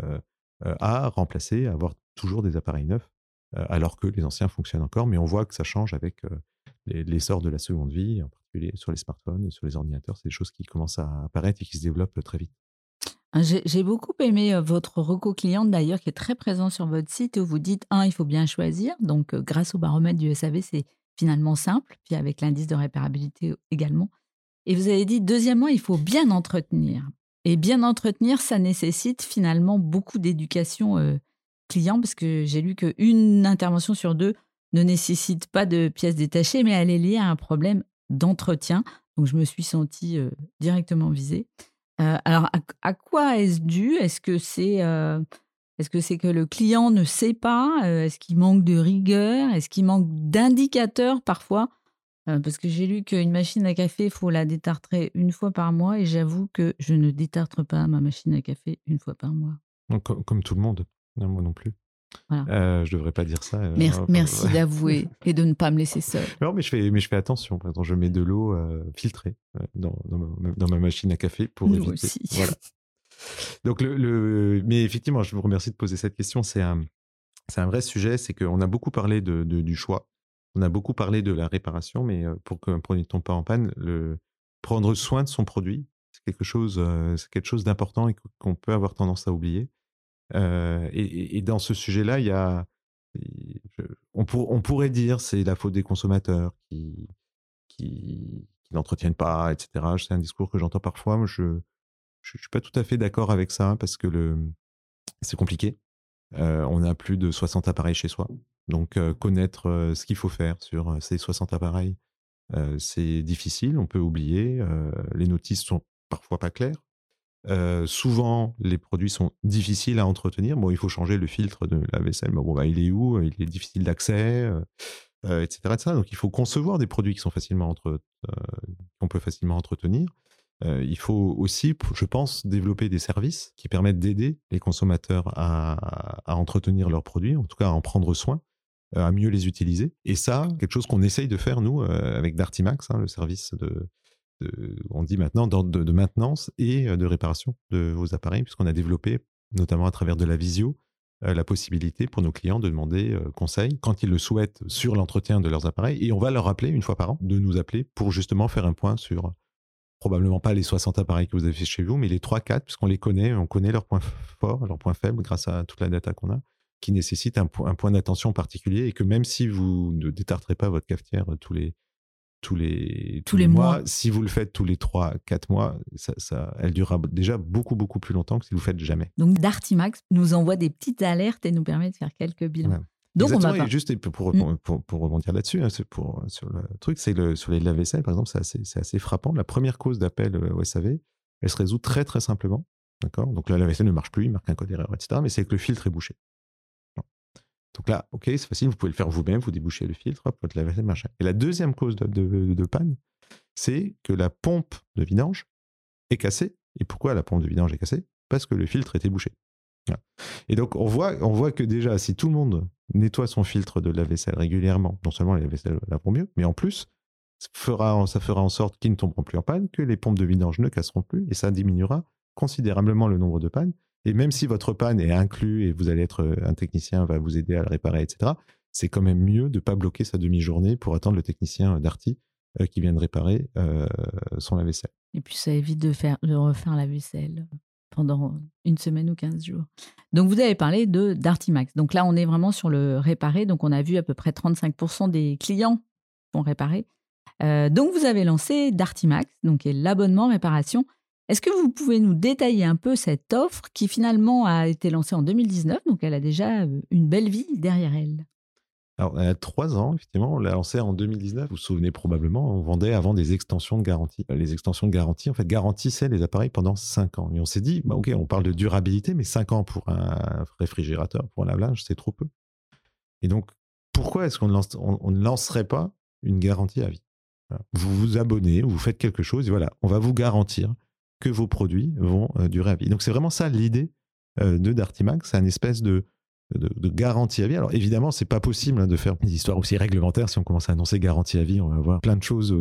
à remplacer, à avoir toujours des appareils neufs, alors que les anciens fonctionnent encore, mais on voit que ça change avec l'essor de la seconde vie, en particulier sur les smartphones, sur les ordinateurs. C'est des choses qui commencent à apparaître et qui se développent très vite. J'ai beaucoup aimé votre reco cliente d'ailleurs, qui est très présent sur votre site, où vous dites, il faut bien choisir. Donc, grâce au baromètre du SAV, c'est finalement simple. Puis avec l'indice de réparabilité également. Et vous avez dit, deuxièmement, il faut bien entretenir. Et bien entretenir, ça nécessite finalement beaucoup d'éducation client, parce que j'ai lu qu'une intervention sur 2 ne nécessite pas de pièces détachées, mais elle est liée à un problème d'entretien. Donc, je me suis sentie directement visée. Alors, à quoi est-ce dû ? Est-ce que c'est que le client ne sait pas ? Est-ce qu'il manque de rigueur ? Est-ce qu'il manque d'indicateurs parfois ? Parce que j'ai lu qu'une machine à café, il faut la détartrer 1 fois par mois, et j'avoue que je ne détartre pas ma machine à café 1 fois par mois. Donc, comme tout le monde, non, moi non plus. Voilà. Je ne devrais pas dire ça. Merci d'avouer et de ne pas me laisser seule. Non, mais je fais attention. Par exemple, je mets de l'eau filtrée dans ma machine à café pour Nous éviter. aussi. Voilà. Donc, mais effectivement, je vous remercie de poser cette question. C'est un vrai sujet. C'est qu'on a beaucoup parlé du choix. On a beaucoup parlé de la réparation, mais pour qu'un produit ne tombe pas en panne, prendre soin de son produit, c'est quelque chose d'important et qu'on peut avoir tendance à oublier. Et dans ce sujet-là, on pourrait dire c'est la faute des consommateurs qui n'entretiennent pas, etc. C'est un discours que j'entends parfois. Moi, je ne suis pas tout à fait d'accord avec ça parce que c'est compliqué. On a plus de 60 appareils chez soi. Donc, connaître ce qu'il faut faire sur ces 60 appareils, c'est difficile. On peut oublier. Les notices sont parfois pas claires. Souvent, les produits sont difficiles à entretenir. Bon, il faut changer le filtre de la vaisselle. Bon, il est où ? Il est difficile d'accès, etc., etc. Donc, il faut concevoir des produits qui sont qu'on peut facilement entretenir. Il faut aussi, je pense, développer des services qui permettent d'aider les consommateurs à entretenir leurs produits, en tout cas à en prendre soin, à mieux les utiliser. Et ça, quelque chose qu'on essaye de faire, nous, avec Dartimax, le service on dit maintenant de maintenance et de réparation de vos appareils, puisqu'on a développé, notamment à travers de la visio, la possibilité pour nos clients de demander conseil quand ils le souhaitent sur l'entretien de leurs appareils. Et on va leur rappeler 1 fois par an de nous appeler pour justement faire un point sur probablement pas les 60 appareils que vous avez fait chez vous, mais les 3-4, puisqu'on les connaît, on connaît leurs points forts, leurs points faibles grâce à toute la data qu'on a. qui nécessitent un point d'attention particulier et que même si vous ne détartrez pas votre cafetière tous les mois, si vous le faites tous les 3-4 mois, elle durera déjà beaucoup, beaucoup plus longtemps que si vous ne le faites jamais. Donc, Darty-Max nous envoie des petites alertes et nous permet de faire quelques bilans. Voilà. Donc, exactement, et juste pour rebondir là-dessus, sur le truc, sur les lave-vaisselle, par exemple, c'est assez frappant. La première cause d'appel au SAV, elle se résout très, très simplement. D'accord ? Donc, la lave-vaisselle ne marche plus, il marque un code erreur, etc. Mais c'est que le filtre est bouché. Donc là, OK, c'est facile, vous pouvez le faire vous-même, vous débouchez le filtre, hop, votre lave-vaisselle marche. Et la deuxième cause de panne, c'est que la pompe de vidange est cassée. Et pourquoi la pompe de vidange est cassée ? Parce que le filtre était bouché. Voilà. Et donc, on voit que déjà, si tout le monde nettoie son filtre de lave-vaisselle régulièrement, non seulement les lave-vaisselle laveront mieux, mais en plus, ça fera en sorte qu'ils ne tomberont plus en panne, que les pompes de vidange ne casseront plus, et ça diminuera considérablement le nombre de pannes. Et même si votre panne est inclus et vous allez être un technicien va vous aider à le réparer, etc., c'est quand même mieux de ne pas bloquer sa demi-journée pour attendre le technicien Darty qui vient de réparer son lave-vaisselle. Et puis ça évite de refaire la vaisselle pendant une semaine ou 15 jours. Donc vous avez parlé de Darty-Max. Donc là, on est vraiment sur le réparé. Donc on a vu à peu près 35% des clients vont réparer. Donc vous avez lancé Darty-Max, donc qui est l'abonnement réparation. Est-ce que vous pouvez nous détailler un peu cette offre qui finalement a été lancée en 2019, donc elle a déjà une belle vie derrière elle? Alors, elle a 3 ans, effectivement, on l'a lancée en 2019. Vous vous souvenez probablement, on vendait avant des extensions de garantie. Les extensions de garantie, en fait, garantissaient les appareils pendant 5 ans. Et on s'est dit, OK, on parle de durabilité, mais 5 ans pour un réfrigérateur, pour un lave-linge, c'est trop peu. Et donc, pourquoi est-ce qu'on ne lancerait pas une garantie à vie ? Voilà. Vous vous abonnez, vous faites quelque chose, et voilà, on va vous garantir que vos produits vont durer à vie. Donc, c'est vraiment ça l'idée de Darty-Max. C'est une espèce de garantie à vie. Alors, évidemment, c'est pas possible de faire des histoires aussi réglementaires. Si on commence à annoncer garantie à vie, on va avoir plein de choses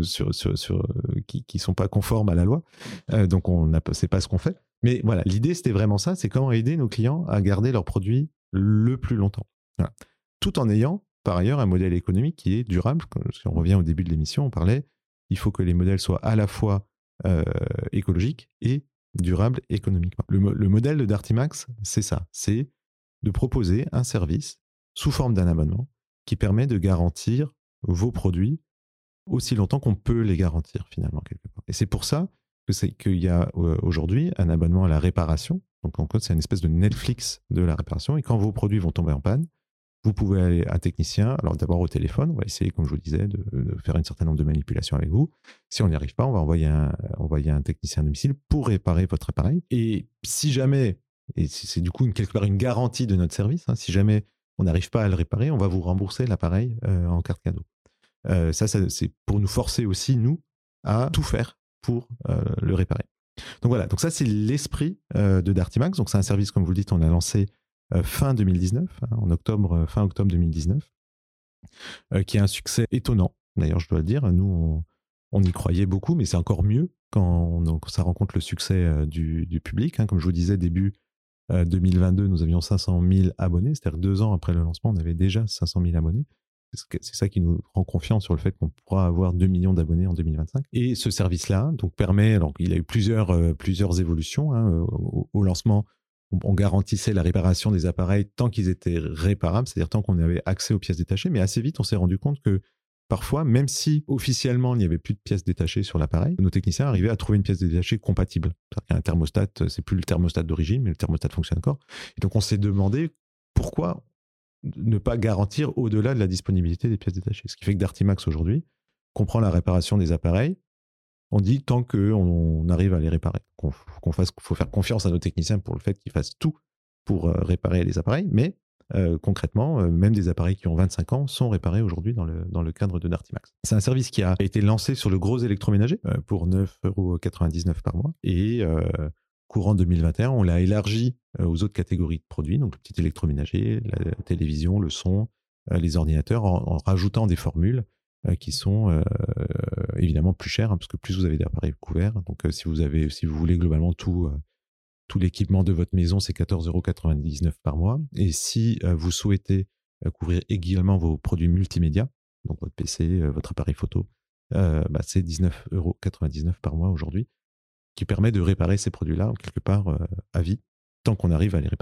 qui sont pas conformes à la loi. Donc, c'est pas ce qu'on fait. Mais voilà, l'idée, c'était vraiment ça. C'est comment aider nos clients à garder leurs produits le plus longtemps. Voilà. Tout en ayant, par ailleurs, un modèle économique qui est durable. Si on revient au début de l'émission, on parlait, il faut que les modèles soient à la fois écologiques et durables économiquement. Le modèle de Darty-Max, c'est ça. C'est de proposer un service sous forme d'un abonnement qui permet de garantir vos produits aussi longtemps qu'on peut les garantir finalement quelque part. Et c'est pour ça qu'il y a aujourd'hui un abonnement à la réparation. Donc en fait, c'est une espèce de Netflix de la réparation. Et quand vos produits vont tomber en panne, vous pouvez aller à un technicien, alors d'abord au téléphone, on va essayer, comme je vous le disais, de faire un certain nombre de manipulations avec vous. Si on n'y arrive pas, on va envoyer un technicien à domicile pour réparer votre appareil. Et si jamais, et c'est du coup quelque part une garantie de notre service, si jamais on n'arrive pas à le réparer, on va vous rembourser l'appareil en carte cadeau. Ça, c'est pour nous forcer aussi, nous, à tout faire pour le réparer. Donc voilà, donc ça c'est l'esprit de Darty-Max. Donc c'est un service, comme vous le dites, on a lancé fin 2019, fin octobre 2019, qui a un succès étonnant. D'ailleurs, je dois le dire, nous, on y croyait beaucoup, mais c'est encore mieux quand ça rencontre le succès du public. Comme je vous disais, début 2022, nous avions 500 000 abonnés, c'est-à-dire 2 ans après le lancement, on avait déjà 500 000 abonnés. C'est ça qui nous rend confiance sur le fait qu'on pourra avoir 2 millions d'abonnés en 2025. Et ce service-là donc permet, alors il a eu plusieurs évolutions. Au lancement, on garantissait la réparation des appareils tant qu'ils étaient réparables, c'est-à-dire tant qu'on avait accès aux pièces détachées. Mais assez vite, on s'est rendu compte que parfois, même si officiellement il n'y avait plus de pièces détachées sur l'appareil, nos techniciens arrivaient à trouver une pièce détachée compatible. C'est-à-dire qu'un thermostat, c'est plus le thermostat d'origine, mais le thermostat fonctionne encore. Et donc on s'est demandé pourquoi ne pas garantir au-delà de la disponibilité des pièces détachées. Ce qui fait que Darty-Max aujourd'hui comprend la réparation des appareils. On dit tant qu'on arrive à les réparer. Faut faire confiance à nos techniciens pour le fait qu'ils fassent tout pour réparer les appareils, mais concrètement, même des appareils qui ont 25 ans sont réparés aujourd'hui dans le cadre de Darty-Max. C'est un service qui a été lancé sur le gros électroménager pour 9,99 € par mois et courant 2021, on l'a élargi aux autres catégories de produits, donc le petit électroménager, la télévision, le son, les ordinateurs, en rajoutant des formules qui sont évidemment plus chères, parce que plus vous avez d'appareils couverts. Donc si vous voulez globalement tout l'équipement de votre maison, c'est 14,99 € par mois. Et si vous souhaitez couvrir également vos produits multimédia, donc votre PC, votre appareil photo, c'est 19,99 € par mois aujourd'hui, qui permet de réparer ces produits-là quelque part à vie, tant qu'on arrive à les réparer.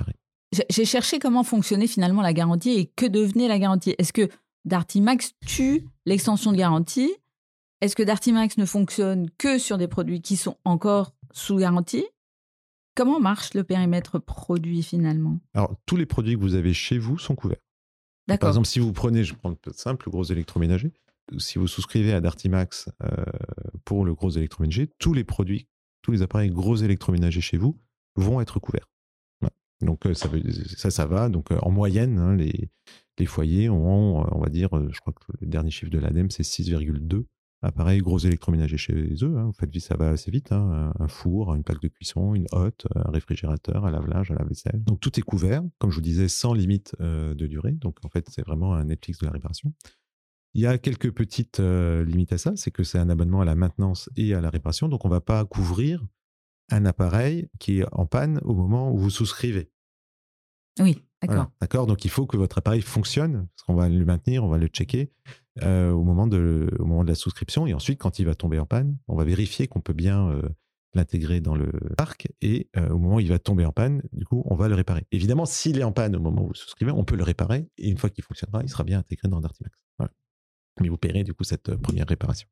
j'ai cherché comment fonctionnait finalement la garantie et que devenait la garantie. Est-ce que Darty Max tue l'extension de garantie? Est-ce que Darty Max ne fonctionne que sur des produits qui sont encore sous garantie? Comment marche le périmètre produit finalement? Alors, tous les produits que vous avez chez vous sont couverts. D'accord. Par exemple, si vous prenez, je prends le simple, le gros électroménager, si vous souscrivez à Darty Max pour le gros électroménager, tous les produits, tous les appareils gros électroménagers chez vous vont être couverts. Voilà. Donc ça va. Donc en moyenne, hein, les foyers ont, on va dire, je crois que le dernier chiffre de l'ADEME, c'est 6,2 appareils gros électroménagers chez eux. Hein. En fait, ça va assez vite. Hein. Un four, une plaque de cuisson, une hotte, un réfrigérateur, un lave-linge, un lave-vaisselle. Donc tout est couvert, comme je vous disais, sans limite de durée. Donc en fait, c'est vraiment un Netflix de la réparation. Il y a quelques petites limites à ça, c'est que c'est un abonnement à la maintenance et à la réparation. Donc on ne va pas couvrir un appareil qui est en panne au moment où vous souscrivez. Oui, d'accord. Voilà, d'accord. Donc il faut que votre appareil fonctionne, parce qu'on va le maintenir, on va le checker au moment de la souscription. Et ensuite, quand il va tomber en panne, on va vérifier qu'on peut bien l'intégrer dans le parc. Et au moment où il va tomber en panne, du coup, on va le réparer. Évidemment, s'il est en panne au moment où vous souscrivez, on peut le réparer. Et une fois qu'il fonctionnera, il sera bien intégré dans Darty Max. Voilà. Mais vous paierez du coup cette première réparation.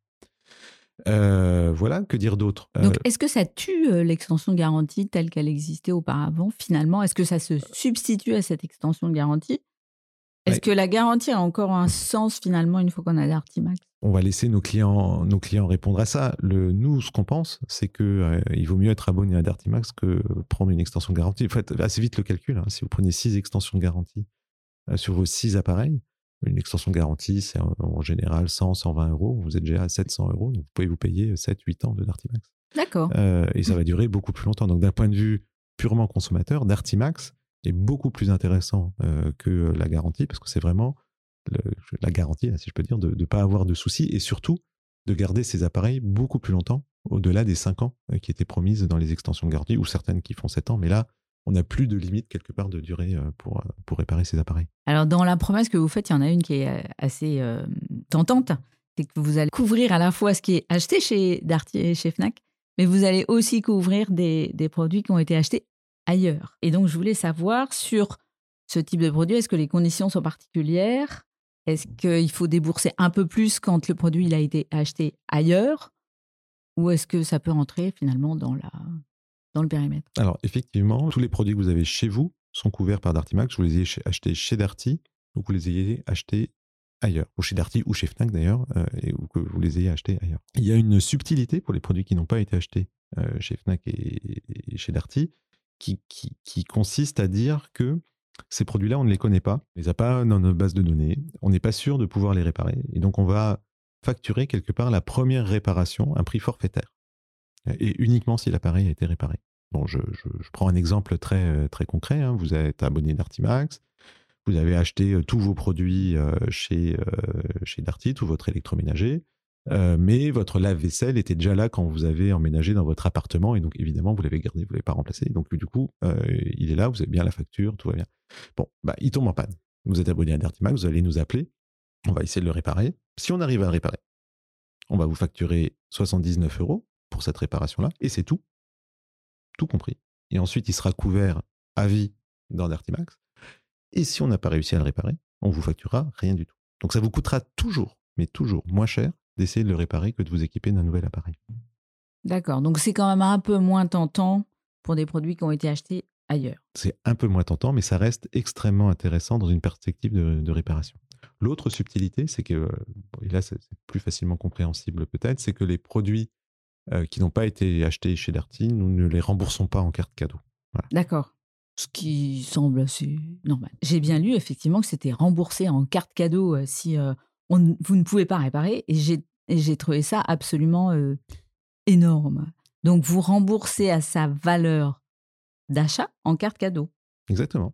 Voilà, que dire d'autre? Donc, est-ce que ça tue l'extension de garantie telle qu'elle existait auparavant, finalement? Est-ce que ça se substitue à cette extension de garantie? Est-ce que la garantie a encore un sens, finalement, une fois qu'on a Darty Max? On va laisser nos clients répondre à ça. Nous, ce qu'on pense, c'est qu'il vaut mieux être abonné à Darty Max que prendre une extension de garantie. Faites assez vite le calcul. Hein. Si vous prenez 6 extensions de garantie sur vos 6 appareils, une extension de garantie, c'est en général 100, 120 euros. Vous êtes déjà à 700 euros. Donc vous pouvez vous payer 7, 8 ans de Darty Max. D'accord. Et ça va durer beaucoup plus longtemps. Donc d'un point de vue purement consommateur, Darty Max est beaucoup plus intéressant que la garantie, parce que c'est vraiment la garantie, là, si je peux dire, de ne pas avoir de soucis et surtout de garder ces appareils beaucoup plus longtemps, au-delà des 5 ans qui étaient promises dans les extensions de garantie, ou certaines qui font 7 ans. Mais là, on n'a plus de limite quelque part de durée pour réparer ces appareils. Alors, dans la promesse que vous faites, il y en a une qui est assez tentante. C'est que vous allez couvrir à la fois ce qui est acheté chez Darty et chez Fnac, mais vous allez aussi couvrir des produits qui ont été achetés ailleurs. Et donc, je voulais savoir sur ce type de produit, est-ce que les conditions sont particulières? Est-ce qu'il faut débourser un peu plus quand le produit il a été acheté ailleurs? Ou est-ce que ça peut rentrer finalement dans le périmètre? Alors, effectivement, tous les produits que vous avez chez vous sont couverts par Darty Max. Vous les ayez achetés chez Darty, ou que vous les ayez achetés ailleurs, ou chez Darty ou chez Fnac d'ailleurs, ou que vous les ayez achetés ailleurs. Il y a une subtilité pour les produits qui n'ont pas été achetés chez Fnac et chez Darty, qui consiste à dire que ces produits-là, on ne les connaît pas, on ne les a pas dans notre base de données, on n'est pas sûr de pouvoir les réparer, et donc on va facturer quelque part la première réparation, un prix forfaitaire, et uniquement si l'appareil a été réparé. Bon, je prends un exemple très, très concret. Hein. Vous êtes abonné Darty Max, vous avez acheté tous vos produits chez Darty, tout votre électroménager, mais votre lave-vaisselle était déjà là quand vous avez emménagé dans votre appartement, et donc évidemment, vous l'avez gardé, vous ne l'avez pas remplacé. Donc du coup, il est là, vous avez bien la facture, tout va bien. Bon, il tombe en panne. Vous êtes abonné à Darty Max, vous allez nous appeler, on va essayer de le réparer. Si on arrive à le réparer, on va vous facturer 79 € pour cette réparation-là, et c'est tout compris. Et ensuite, il sera couvert à vie dans Darty Max. Et si on n'a pas réussi à le réparer, on vous facturera rien du tout. Donc ça vous coûtera toujours, mais toujours moins cher d'essayer de le réparer que de vous équiper d'un nouvel appareil. D'accord, donc c'est quand même un peu moins tentant pour des produits qui ont été achetés ailleurs. C'est un peu moins tentant, mais ça reste extrêmement intéressant dans une perspective de réparation. L'autre subtilité, c'est que, et là c'est plus facilement compréhensible peut-être, c'est que les produits qui n'ont pas été achetés chez Darty, nous ne les remboursons pas en carte cadeau. Voilà. D'accord. Ce qui semble assez normal. J'ai bien lu effectivement que c'était remboursé en carte cadeau si vous ne pouvez pas réparer, et j'ai trouvé ça absolument énorme. Donc vous remboursez à sa valeur d'achat en carte cadeau. Exactement.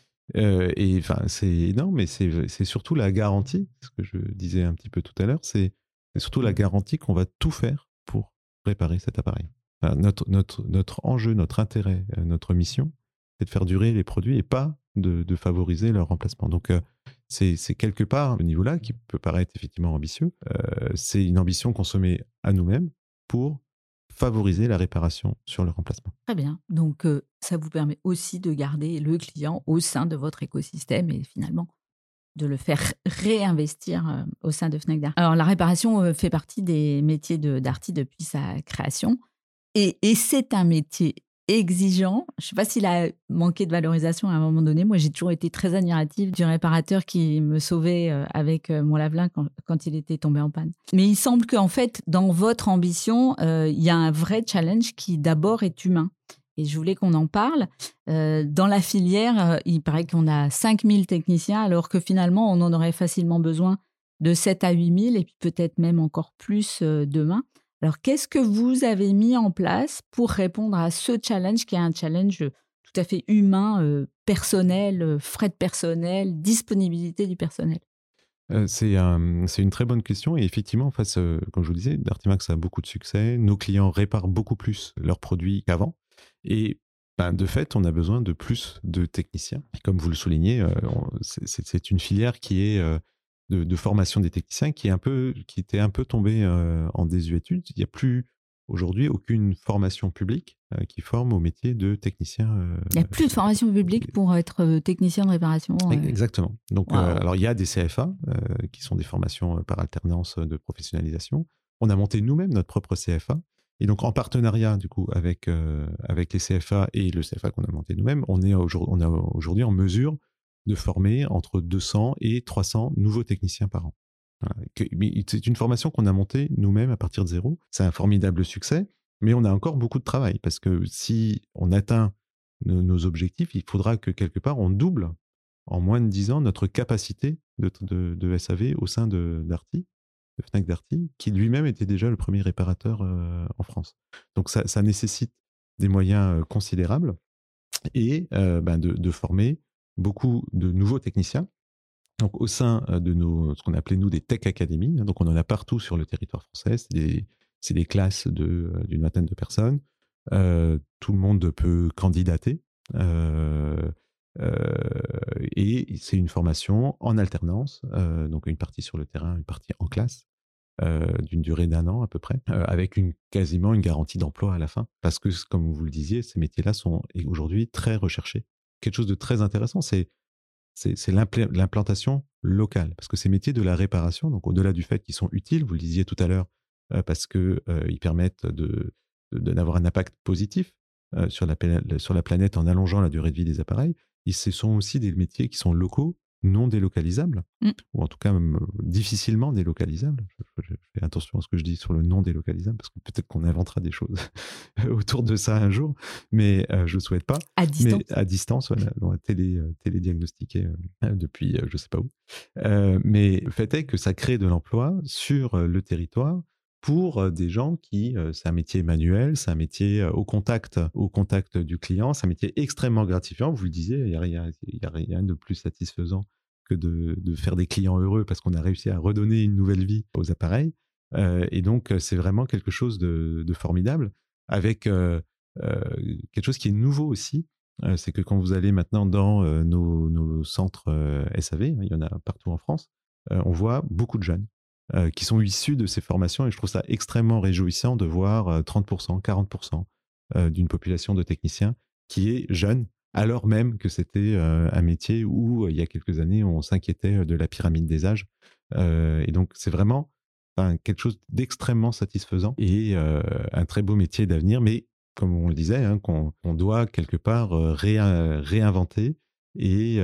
Et enfin, c'est énorme, mais c'est surtout la garantie, ce que je disais un petit peu tout à l'heure, c'est surtout la garantie qu'on va tout faire pour réparer cet appareil. Enfin, notre enjeu, notre intérêt, notre mission, c'est de faire durer les produits et pas de favoriser leur remplacement. Donc, c'est quelque part, au niveau-là, qui peut paraître effectivement ambitieux, c'est une ambition qu'on se met à nous-mêmes pour favoriser la réparation sur le remplacement. Très bien. Donc, ça vous permet aussi de garder le client au sein de votre écosystème et finalement de le faire réinvestir au sein de Fnac Darty. Alors, la réparation fait partie des métiers de Darty depuis sa création. Et c'est un métier exigeant. Je ne sais pas s'il a manqué de valorisation à un moment donné. Moi, j'ai toujours été très admirative du réparateur qui me sauvait avec mon lave-linge quand il était tombé en panne. Mais il semble qu'en fait, dans votre ambition, il y a un vrai challenge qui d'abord est humain. Et je voulais qu'on en parle. Dans la filière, il paraît qu'on a 5000 techniciens, alors que finalement, on en aurait facilement besoin de 7 à 8000 et puis peut-être même encore plus demain. Alors, qu'est-ce que vous avez mis en place pour répondre à ce challenge qui est un challenge tout à fait humain, personnel, frais de personnel, disponibilité du personnel? C'est une très bonne question et effectivement, comme je vous disais, Darty Max a beaucoup de succès. Nos clients réparent beaucoup plus leurs produits qu'avant et de fait, on a besoin de plus de techniciens. Et comme vous le soulignez, c'est une filière qui est de formation des techniciens qui était un peu tombée en désuétude. Il n'y a plus aujourd'hui aucune formation publique qui forme au métier de technicien. Il n'y a plus de formation publique pour être technicien de réparation. Exactement. Donc, Wow. alors il y a des CFA qui sont des formations par alternance de professionnalisation. On a monté nous-mêmes notre propre CFA. Et donc, en partenariat, du coup, avec les CFA et le CFA qu'on a monté nous-mêmes, on est aujourd'hui en mesure de former entre 200 et 300 nouveaux techniciens par an. Voilà. Mais c'est une formation qu'on a montée nous-mêmes à partir de zéro. C'est un formidable succès, mais on a encore beaucoup de travail parce que si on atteint nos objectifs, il faudra que quelque part on double en moins de 10 ans notre capacité de SAV au sein de Darty, de Fnac Darty, qui lui-même était déjà le premier réparateur en France. Donc ça nécessite des moyens considérables et de former beaucoup de nouveaux techniciens. Donc au sein de ce qu'on appelait nous des Tech Academy, donc on en a partout sur le territoire français, c'est des classes d'une vingtaine de personnes. Tout le monde peut candidater. Et c'est une formation en alternance, donc une partie sur le terrain, une partie en classe, d'une durée d'1 an à peu près, avec quasiment une garantie d'emploi à la fin. Parce que, comme vous le disiez, ces métiers-là sont aujourd'hui très recherchés. Quelque chose de très intéressant, c'est l'implantation locale. Parce que ces métiers de la réparation, donc au-delà du fait qu'ils sont utiles, vous le disiez tout à l'heure, parce qu'ils permettent d'avoir un impact positif sur la planète en allongeant la durée de vie des appareils, ce sont aussi des métiers qui sont locaux, non délocalisables, ou en tout cas même difficilement délocalisables. Je fais attention à ce que je dis sur le non délocalisable, parce que peut-être qu'on inventera des choses autour de ça un jour, mais je ne souhaite pas. À distance. Mais à distance, voilà, on va télédiagnostiquer depuis je ne sais pas où. Mais le fait est que ça crée de l'emploi sur le territoire pour des gens qui, c'est un métier manuel, c'est un métier au contact du client, c'est un métier extrêmement gratifiant. Vous le disiez, il n'y a rien de plus satisfaisant que de faire des clients heureux parce qu'on a réussi à redonner une nouvelle vie aux appareils. Et donc, c'est vraiment quelque chose de formidable avec quelque chose qui est nouveau aussi. C'est que quand vous allez maintenant dans nos centres SAV, il y en a partout en France, on voit beaucoup de jeunes qui sont issus de ces formations et je trouve ça extrêmement réjouissant de voir 30%, 40% d'une population de techniciens qui est jeune, alors même que c'était un métier où il y a quelques années on s'inquiétait de la pyramide des âges. Et donc c'est vraiment quelque chose d'extrêmement satisfaisant et un très beau métier d'avenir, mais comme on le disait, qu'on doit quelque part réinventer et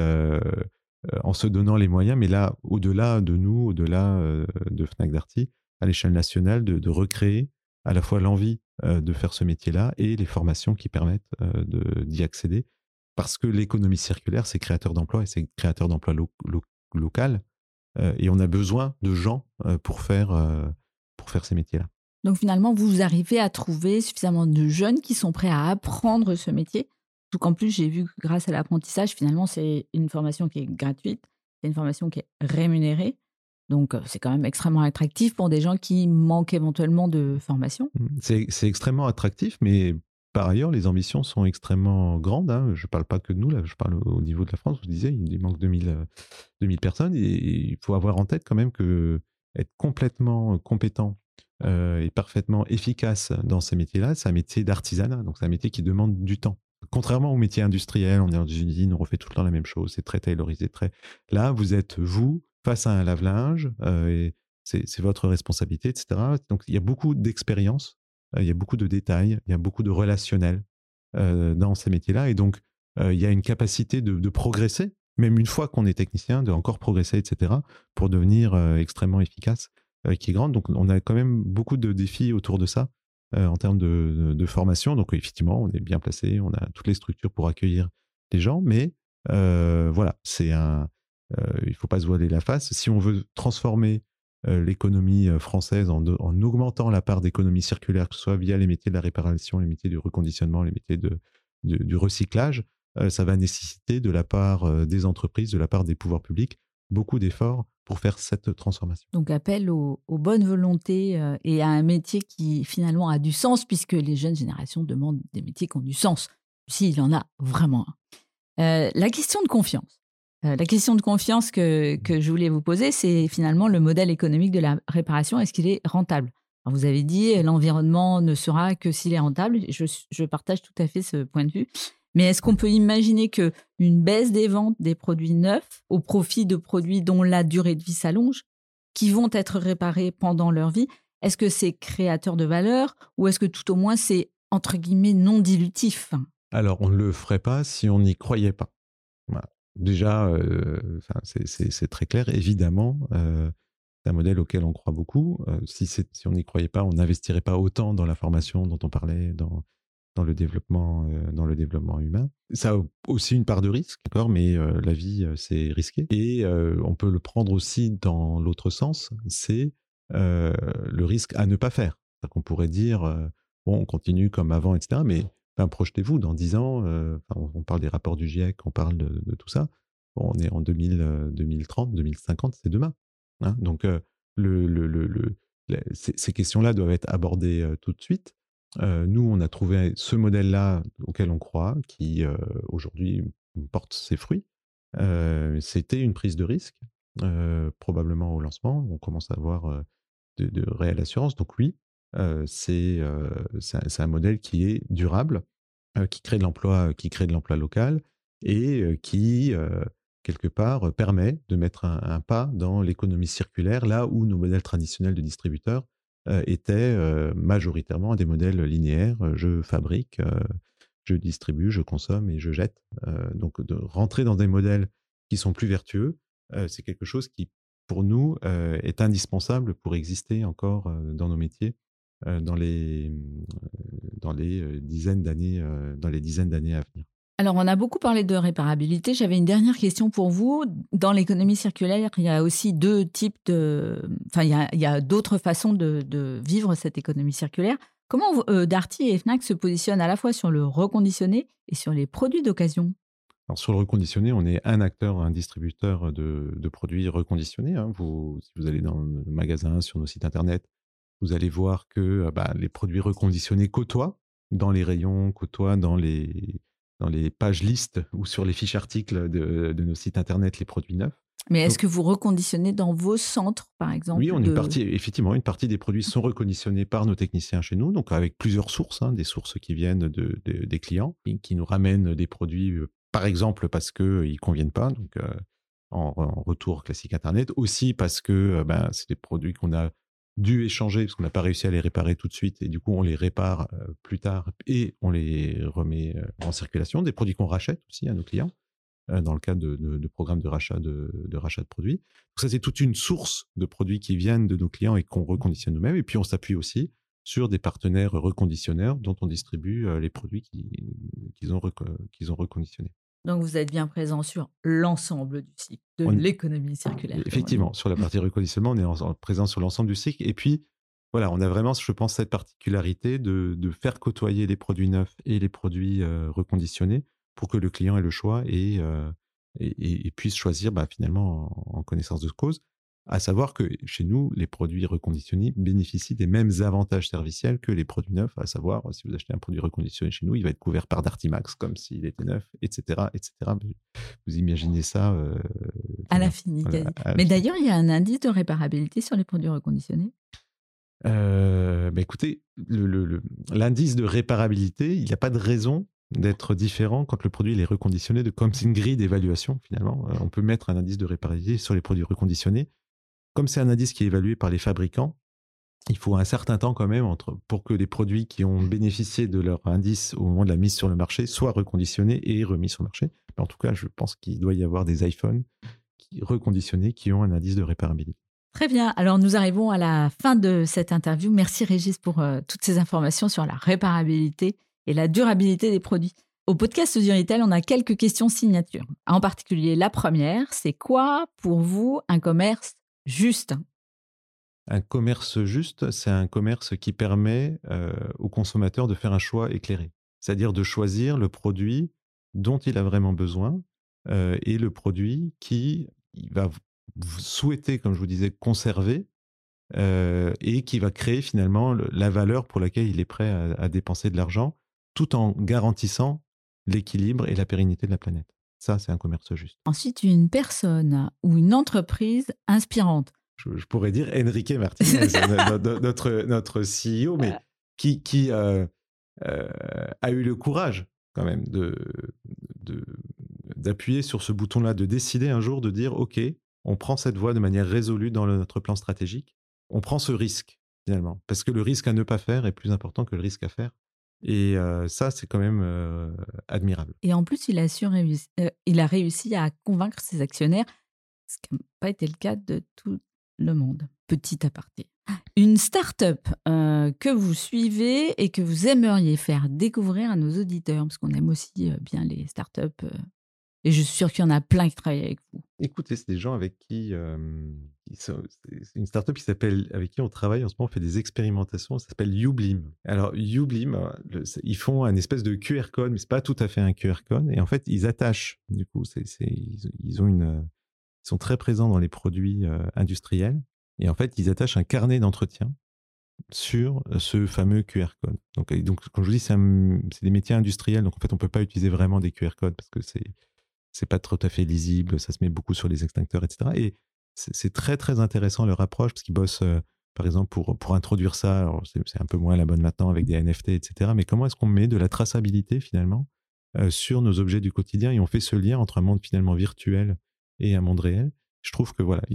en se donnant les moyens, mais là, au-delà de nous, au-delà de Fnac Darty, à l'échelle nationale, de recréer à la fois l'envie de faire ce métier-là et les formations qui permettent d'y accéder. Parce que l'économie circulaire, c'est créateur d'emplois et c'est créateur d'emplois local. Et on a besoin de gens pour faire ces métiers-là. Donc finalement, vous arrivez à trouver suffisamment de jeunes qui sont prêts à apprendre ce métier. Tout qu'en plus, j'ai vu que grâce à l'apprentissage, finalement, c'est une formation qui est gratuite, c'est une formation qui est rémunérée. Donc, c'est quand même extrêmement attractif pour des gens qui manquent éventuellement de formation. C'est extrêmement attractif, mais par ailleurs, les ambitions sont extrêmement grandes. Je ne parle pas que de nous, là, je parle au niveau de la France. Vous disiez, il manque 2000 personnes. Et il faut avoir en tête quand même que être complètement compétent est parfaitement efficace dans ces métiers-là, c'est un métier d'artisanat, donc c'est un métier qui demande du temps. Contrairement au métier industriel, on est dans une usine, on refait tout le temps la même chose, c'est très taylorisé, très... Là, vous êtes, vous, face à un lave-linge, et c'est votre responsabilité, etc. Donc, il y a beaucoup d'expérience, il y a beaucoup de détails, il y a beaucoup de relationnel dans ces métiers-là, et donc, il y a une capacité de progresser, même une fois qu'on est technicien, de encore progresser, etc., pour devenir extrêmement efficace, qui est grande. Donc, on a quand même beaucoup de défis autour de ça en termes de formation. Donc, effectivement, on est bien placé, on a toutes les structures pour accueillir les gens, mais voilà, il ne faut pas se voiler la face. Si on veut transformer l'économie française en augmentant la part d'économie circulaire, que ce soit via les métiers de la réparation, les métiers du reconditionnement, les métiers du recyclage, ça va nécessiter de la part des entreprises, de la part des pouvoirs publics, beaucoup d'efforts pour faire cette transformation. Donc appel aux bonnes volontés et à un métier qui finalement a du sens, puisque les jeunes générations demandent des métiers qui ont du sens, s'il y en a vraiment un. La question de confiance. La question de confiance que je voulais vous poser, c'est finalement le modèle économique de la réparation. Est-ce qu'il est rentable ? Alors vous avez dit l'environnement ne sera que s'il est rentable. Je partage tout à fait ce point de vue. Mais est-ce qu'on peut imaginer qu'une baisse des ventes des produits neufs au profit de produits dont la durée de vie s'allonge, qui vont être réparés pendant leur vie, est-ce que c'est créateur de valeur ou est-ce que tout au moins c'est, entre guillemets, non dilutif ? Alors, on ne le ferait pas si on n'y croyait pas. Voilà. Déjà, c'est très clair. Évidemment, c'est un modèle auquel on croit beaucoup. Si on n'y croyait pas, on n'investirait pas autant dans la formation dont on parlait, dans le développement humain. Ça a aussi une part de risque, d'accord, mais la vie, c'est risqué. Et on peut le prendre aussi dans l'autre sens, c'est le risque à ne pas faire. C'est-à-dire qu'on pourrait dire, bon, on continue comme avant, etc., mais projetez-vous, dans 10 ans, on parle des rapports du GIEC, on parle de tout ça. Bon, on est en 2030, 2050, c'est demain. Hein. Donc, ces questions-là doivent être abordées tout de suite. Nous, on a trouvé ce modèle-là auquel on croit, qui aujourd'hui porte ses fruits. C'était une prise de risque, probablement au lancement. On commence à avoir de réelles assurances. Donc oui, c'est un modèle qui est durable, qui crée de l'emploi local et qui, quelque part, permet de mettre un pas dans l'économie circulaire, là où nos modèles traditionnels de distributeurs étaient majoritairement des modèles linéaires. Je fabrique, je distribue, je consomme et je jette. Donc, de rentrer dans des modèles qui sont plus vertueux, c'est quelque chose qui, pour nous, est indispensable pour exister encore dans nos métiers dans les dizaines d'années à venir. Alors, on a beaucoup parlé de réparabilité. J'avais une dernière question pour vous. Dans l'économie circulaire, il y a aussi deux types il y a d'autres façons de vivre cette économie circulaire. Comment Darty et Fnac se positionnent à la fois sur le reconditionné et sur les produits d'occasion ? Alors, sur le reconditionné, on est un acteur, un distributeur de produits reconditionnés. Hein. Si vous allez dans le magasin, sur nos sites internet, vous allez voir que les produits reconditionnés côtoient dans les rayons, côtoient dans les pages listes ou sur les fiches articles de nos sites internet les produits neufs. Mais est-ce que vous reconditionnez dans vos centres, par exemple ? Oui, effectivement, une partie des produits sont reconditionnés par nos techniciens chez nous, donc avec plusieurs sources, des sources qui viennent des clients, qui nous ramènent des produits, par exemple parce qu'ils ne conviennent pas, donc en retour classique internet, aussi parce que c'est des produits qu'on a dû échanger parce qu'on n'a pas réussi à les réparer tout de suite et du coup on les répare plus tard et on les remet en circulation. Des produits qu'on rachète aussi à nos clients dans le cadre de programmes de rachat de produits. Donc ça, c'est toute une source de produits qui viennent de nos clients et qu'on reconditionne nous-mêmes. Et puis on s'appuie aussi sur des partenaires reconditionneurs dont on distribue les produits qu'ils ont reconditionnés. Donc, vous êtes bien présent sur l'ensemble du cycle de l'économie circulaire. Effectivement, sur la partie reconditionnement, on est présent sur l'ensemble du cycle. Et puis, voilà, on a vraiment, je pense, cette particularité de faire côtoyer les produits neufs et les produits reconditionnés pour que le client ait le choix et puisse choisir finalement en connaissance de cause. À savoir que chez nous, les produits reconditionnés bénéficient des mêmes avantages serviciels que les produits neufs, à savoir, si vous achetez un produit reconditionné chez nous, il va être couvert par Darty Max comme s'il était neuf, etc. etc. Vous imaginez ça à l'infini. Mais d'ailleurs, il y a un indice de réparabilité sur les produits reconditionnés ? Écoutez, l'indice de réparabilité, il n'y a pas de raison d'être différent quand le produit il est reconditionné, comme c'est une grille d'évaluation finalement. On peut mettre un indice de réparabilité sur les produits reconditionnés. Comme c'est un indice qui est évalué par les fabricants, il faut un certain temps quand même pour que les produits qui ont bénéficié de leur indice au moment de la mise sur le marché soient reconditionnés et remis sur le marché. Mais en tout cas, je pense qu'il doit y avoir des iPhones reconditionnés qui ont un indice de réparabilité. Très bien. Alors, nous arrivons à la fin de cette interview. Merci Régis pour toutes ces informations sur la réparabilité et la durabilité des produits. Au podcast du Retail, on a quelques questions signatures. En particulier, la première, c'est quoi pour vous un commerce juste ? Un commerce juste, c'est un commerce qui permet au consommateur de faire un choix éclairé. C'est-à-dire de choisir le produit dont il a vraiment besoin et le produit qu'il va souhaiter, comme je vous disais, conserver et qui va créer finalement la valeur pour laquelle il est prêt à dépenser de l'argent, tout en garantissant l'équilibre et la pérennité de la planète. Ça, c'est un commerce juste. Ensuite, une personne ou une entreprise inspirante. Je pourrais dire Enrique Martinez, notre CEO, mais qui a eu le courage quand même d'appuyer sur ce bouton-là, de décider un jour de dire « Ok, on prend cette voie de manière résolue dans notre plan stratégique, on prend ce risque finalement, parce que le risque à ne pas faire est plus important que le risque à faire. » Et ça, c'est quand même admirable. Et en plus, il a réussi à convaincre ses actionnaires, ce qui n'a pas été le cas de tout le monde. Petit aparté. Une start-up que vous suivez et que vous aimeriez faire découvrir à nos auditeurs, parce qu'on aime aussi bien les start-up, et je suis sûre qu'il y en a plein qui travaillent avec vous. Écoutez, c'est des gens avec qui... c'est une start-up avec qui on travaille en ce moment, on fait des expérimentations, ça s'appelle Ublim. Alors Ublim, ils font un espèce de QR code, mais c'est pas tout à fait un QR code, et en fait, ils attachent, du coup, ils sont très présents dans les produits industriels, et en fait, ils attachent un carnet d'entretien sur ce fameux QR code. Donc comme je vous dis, c'est des métiers industriels, donc en fait, on ne peut pas utiliser vraiment des QR codes parce que c'est pas tout à fait lisible, ça se met beaucoup sur les extincteurs, etc. Et c'est très, très intéressant leur approche, parce qu'ils bossent, par exemple, pour introduire ça, alors c'est un peu moins la bonne maintenant avec des NFT, etc. Mais comment est-ce qu'on met de la traçabilité, finalement, sur nos objets du quotidien, et on fait ce lien entre un monde finalement virtuel et un monde réel. Je trouve que voilà,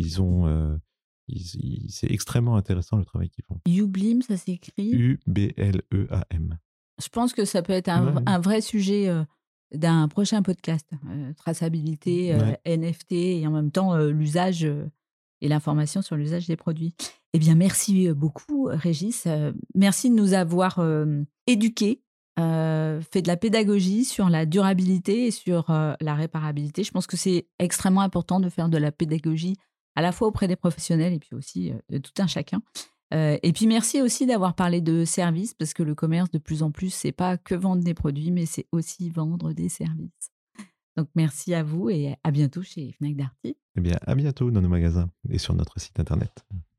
c'est extrêmement intéressant le travail qu'ils font. Ublim, ça s'écrit UBLEAM. Je pense que ça peut être un vrai sujet d'un prochain podcast. Traçabilité, NFT et en même temps l'usage et l'information sur l'usage des produits. Eh bien, merci beaucoup, Régis. Merci de nous avoir éduqués, fait de la pédagogie sur la durabilité et sur la réparabilité. Je pense que c'est extrêmement important de faire de la pédagogie à la fois auprès des professionnels et puis aussi de tout un chacun. Et puis merci aussi d'avoir parlé de services, parce que le commerce de plus en plus, c'est pas que vendre des produits, mais c'est aussi vendre des services. Donc merci à vous et à bientôt chez Fnac Darty. Eh bien, à bientôt dans nos magasins et sur notre site internet.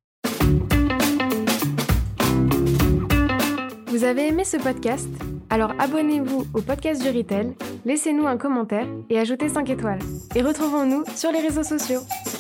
Vous avez aimé ce podcast ? Alors abonnez-vous au podcast du Retail, laissez-nous un commentaire et ajoutez 5 étoiles. Et retrouvons-nous sur les réseaux sociaux.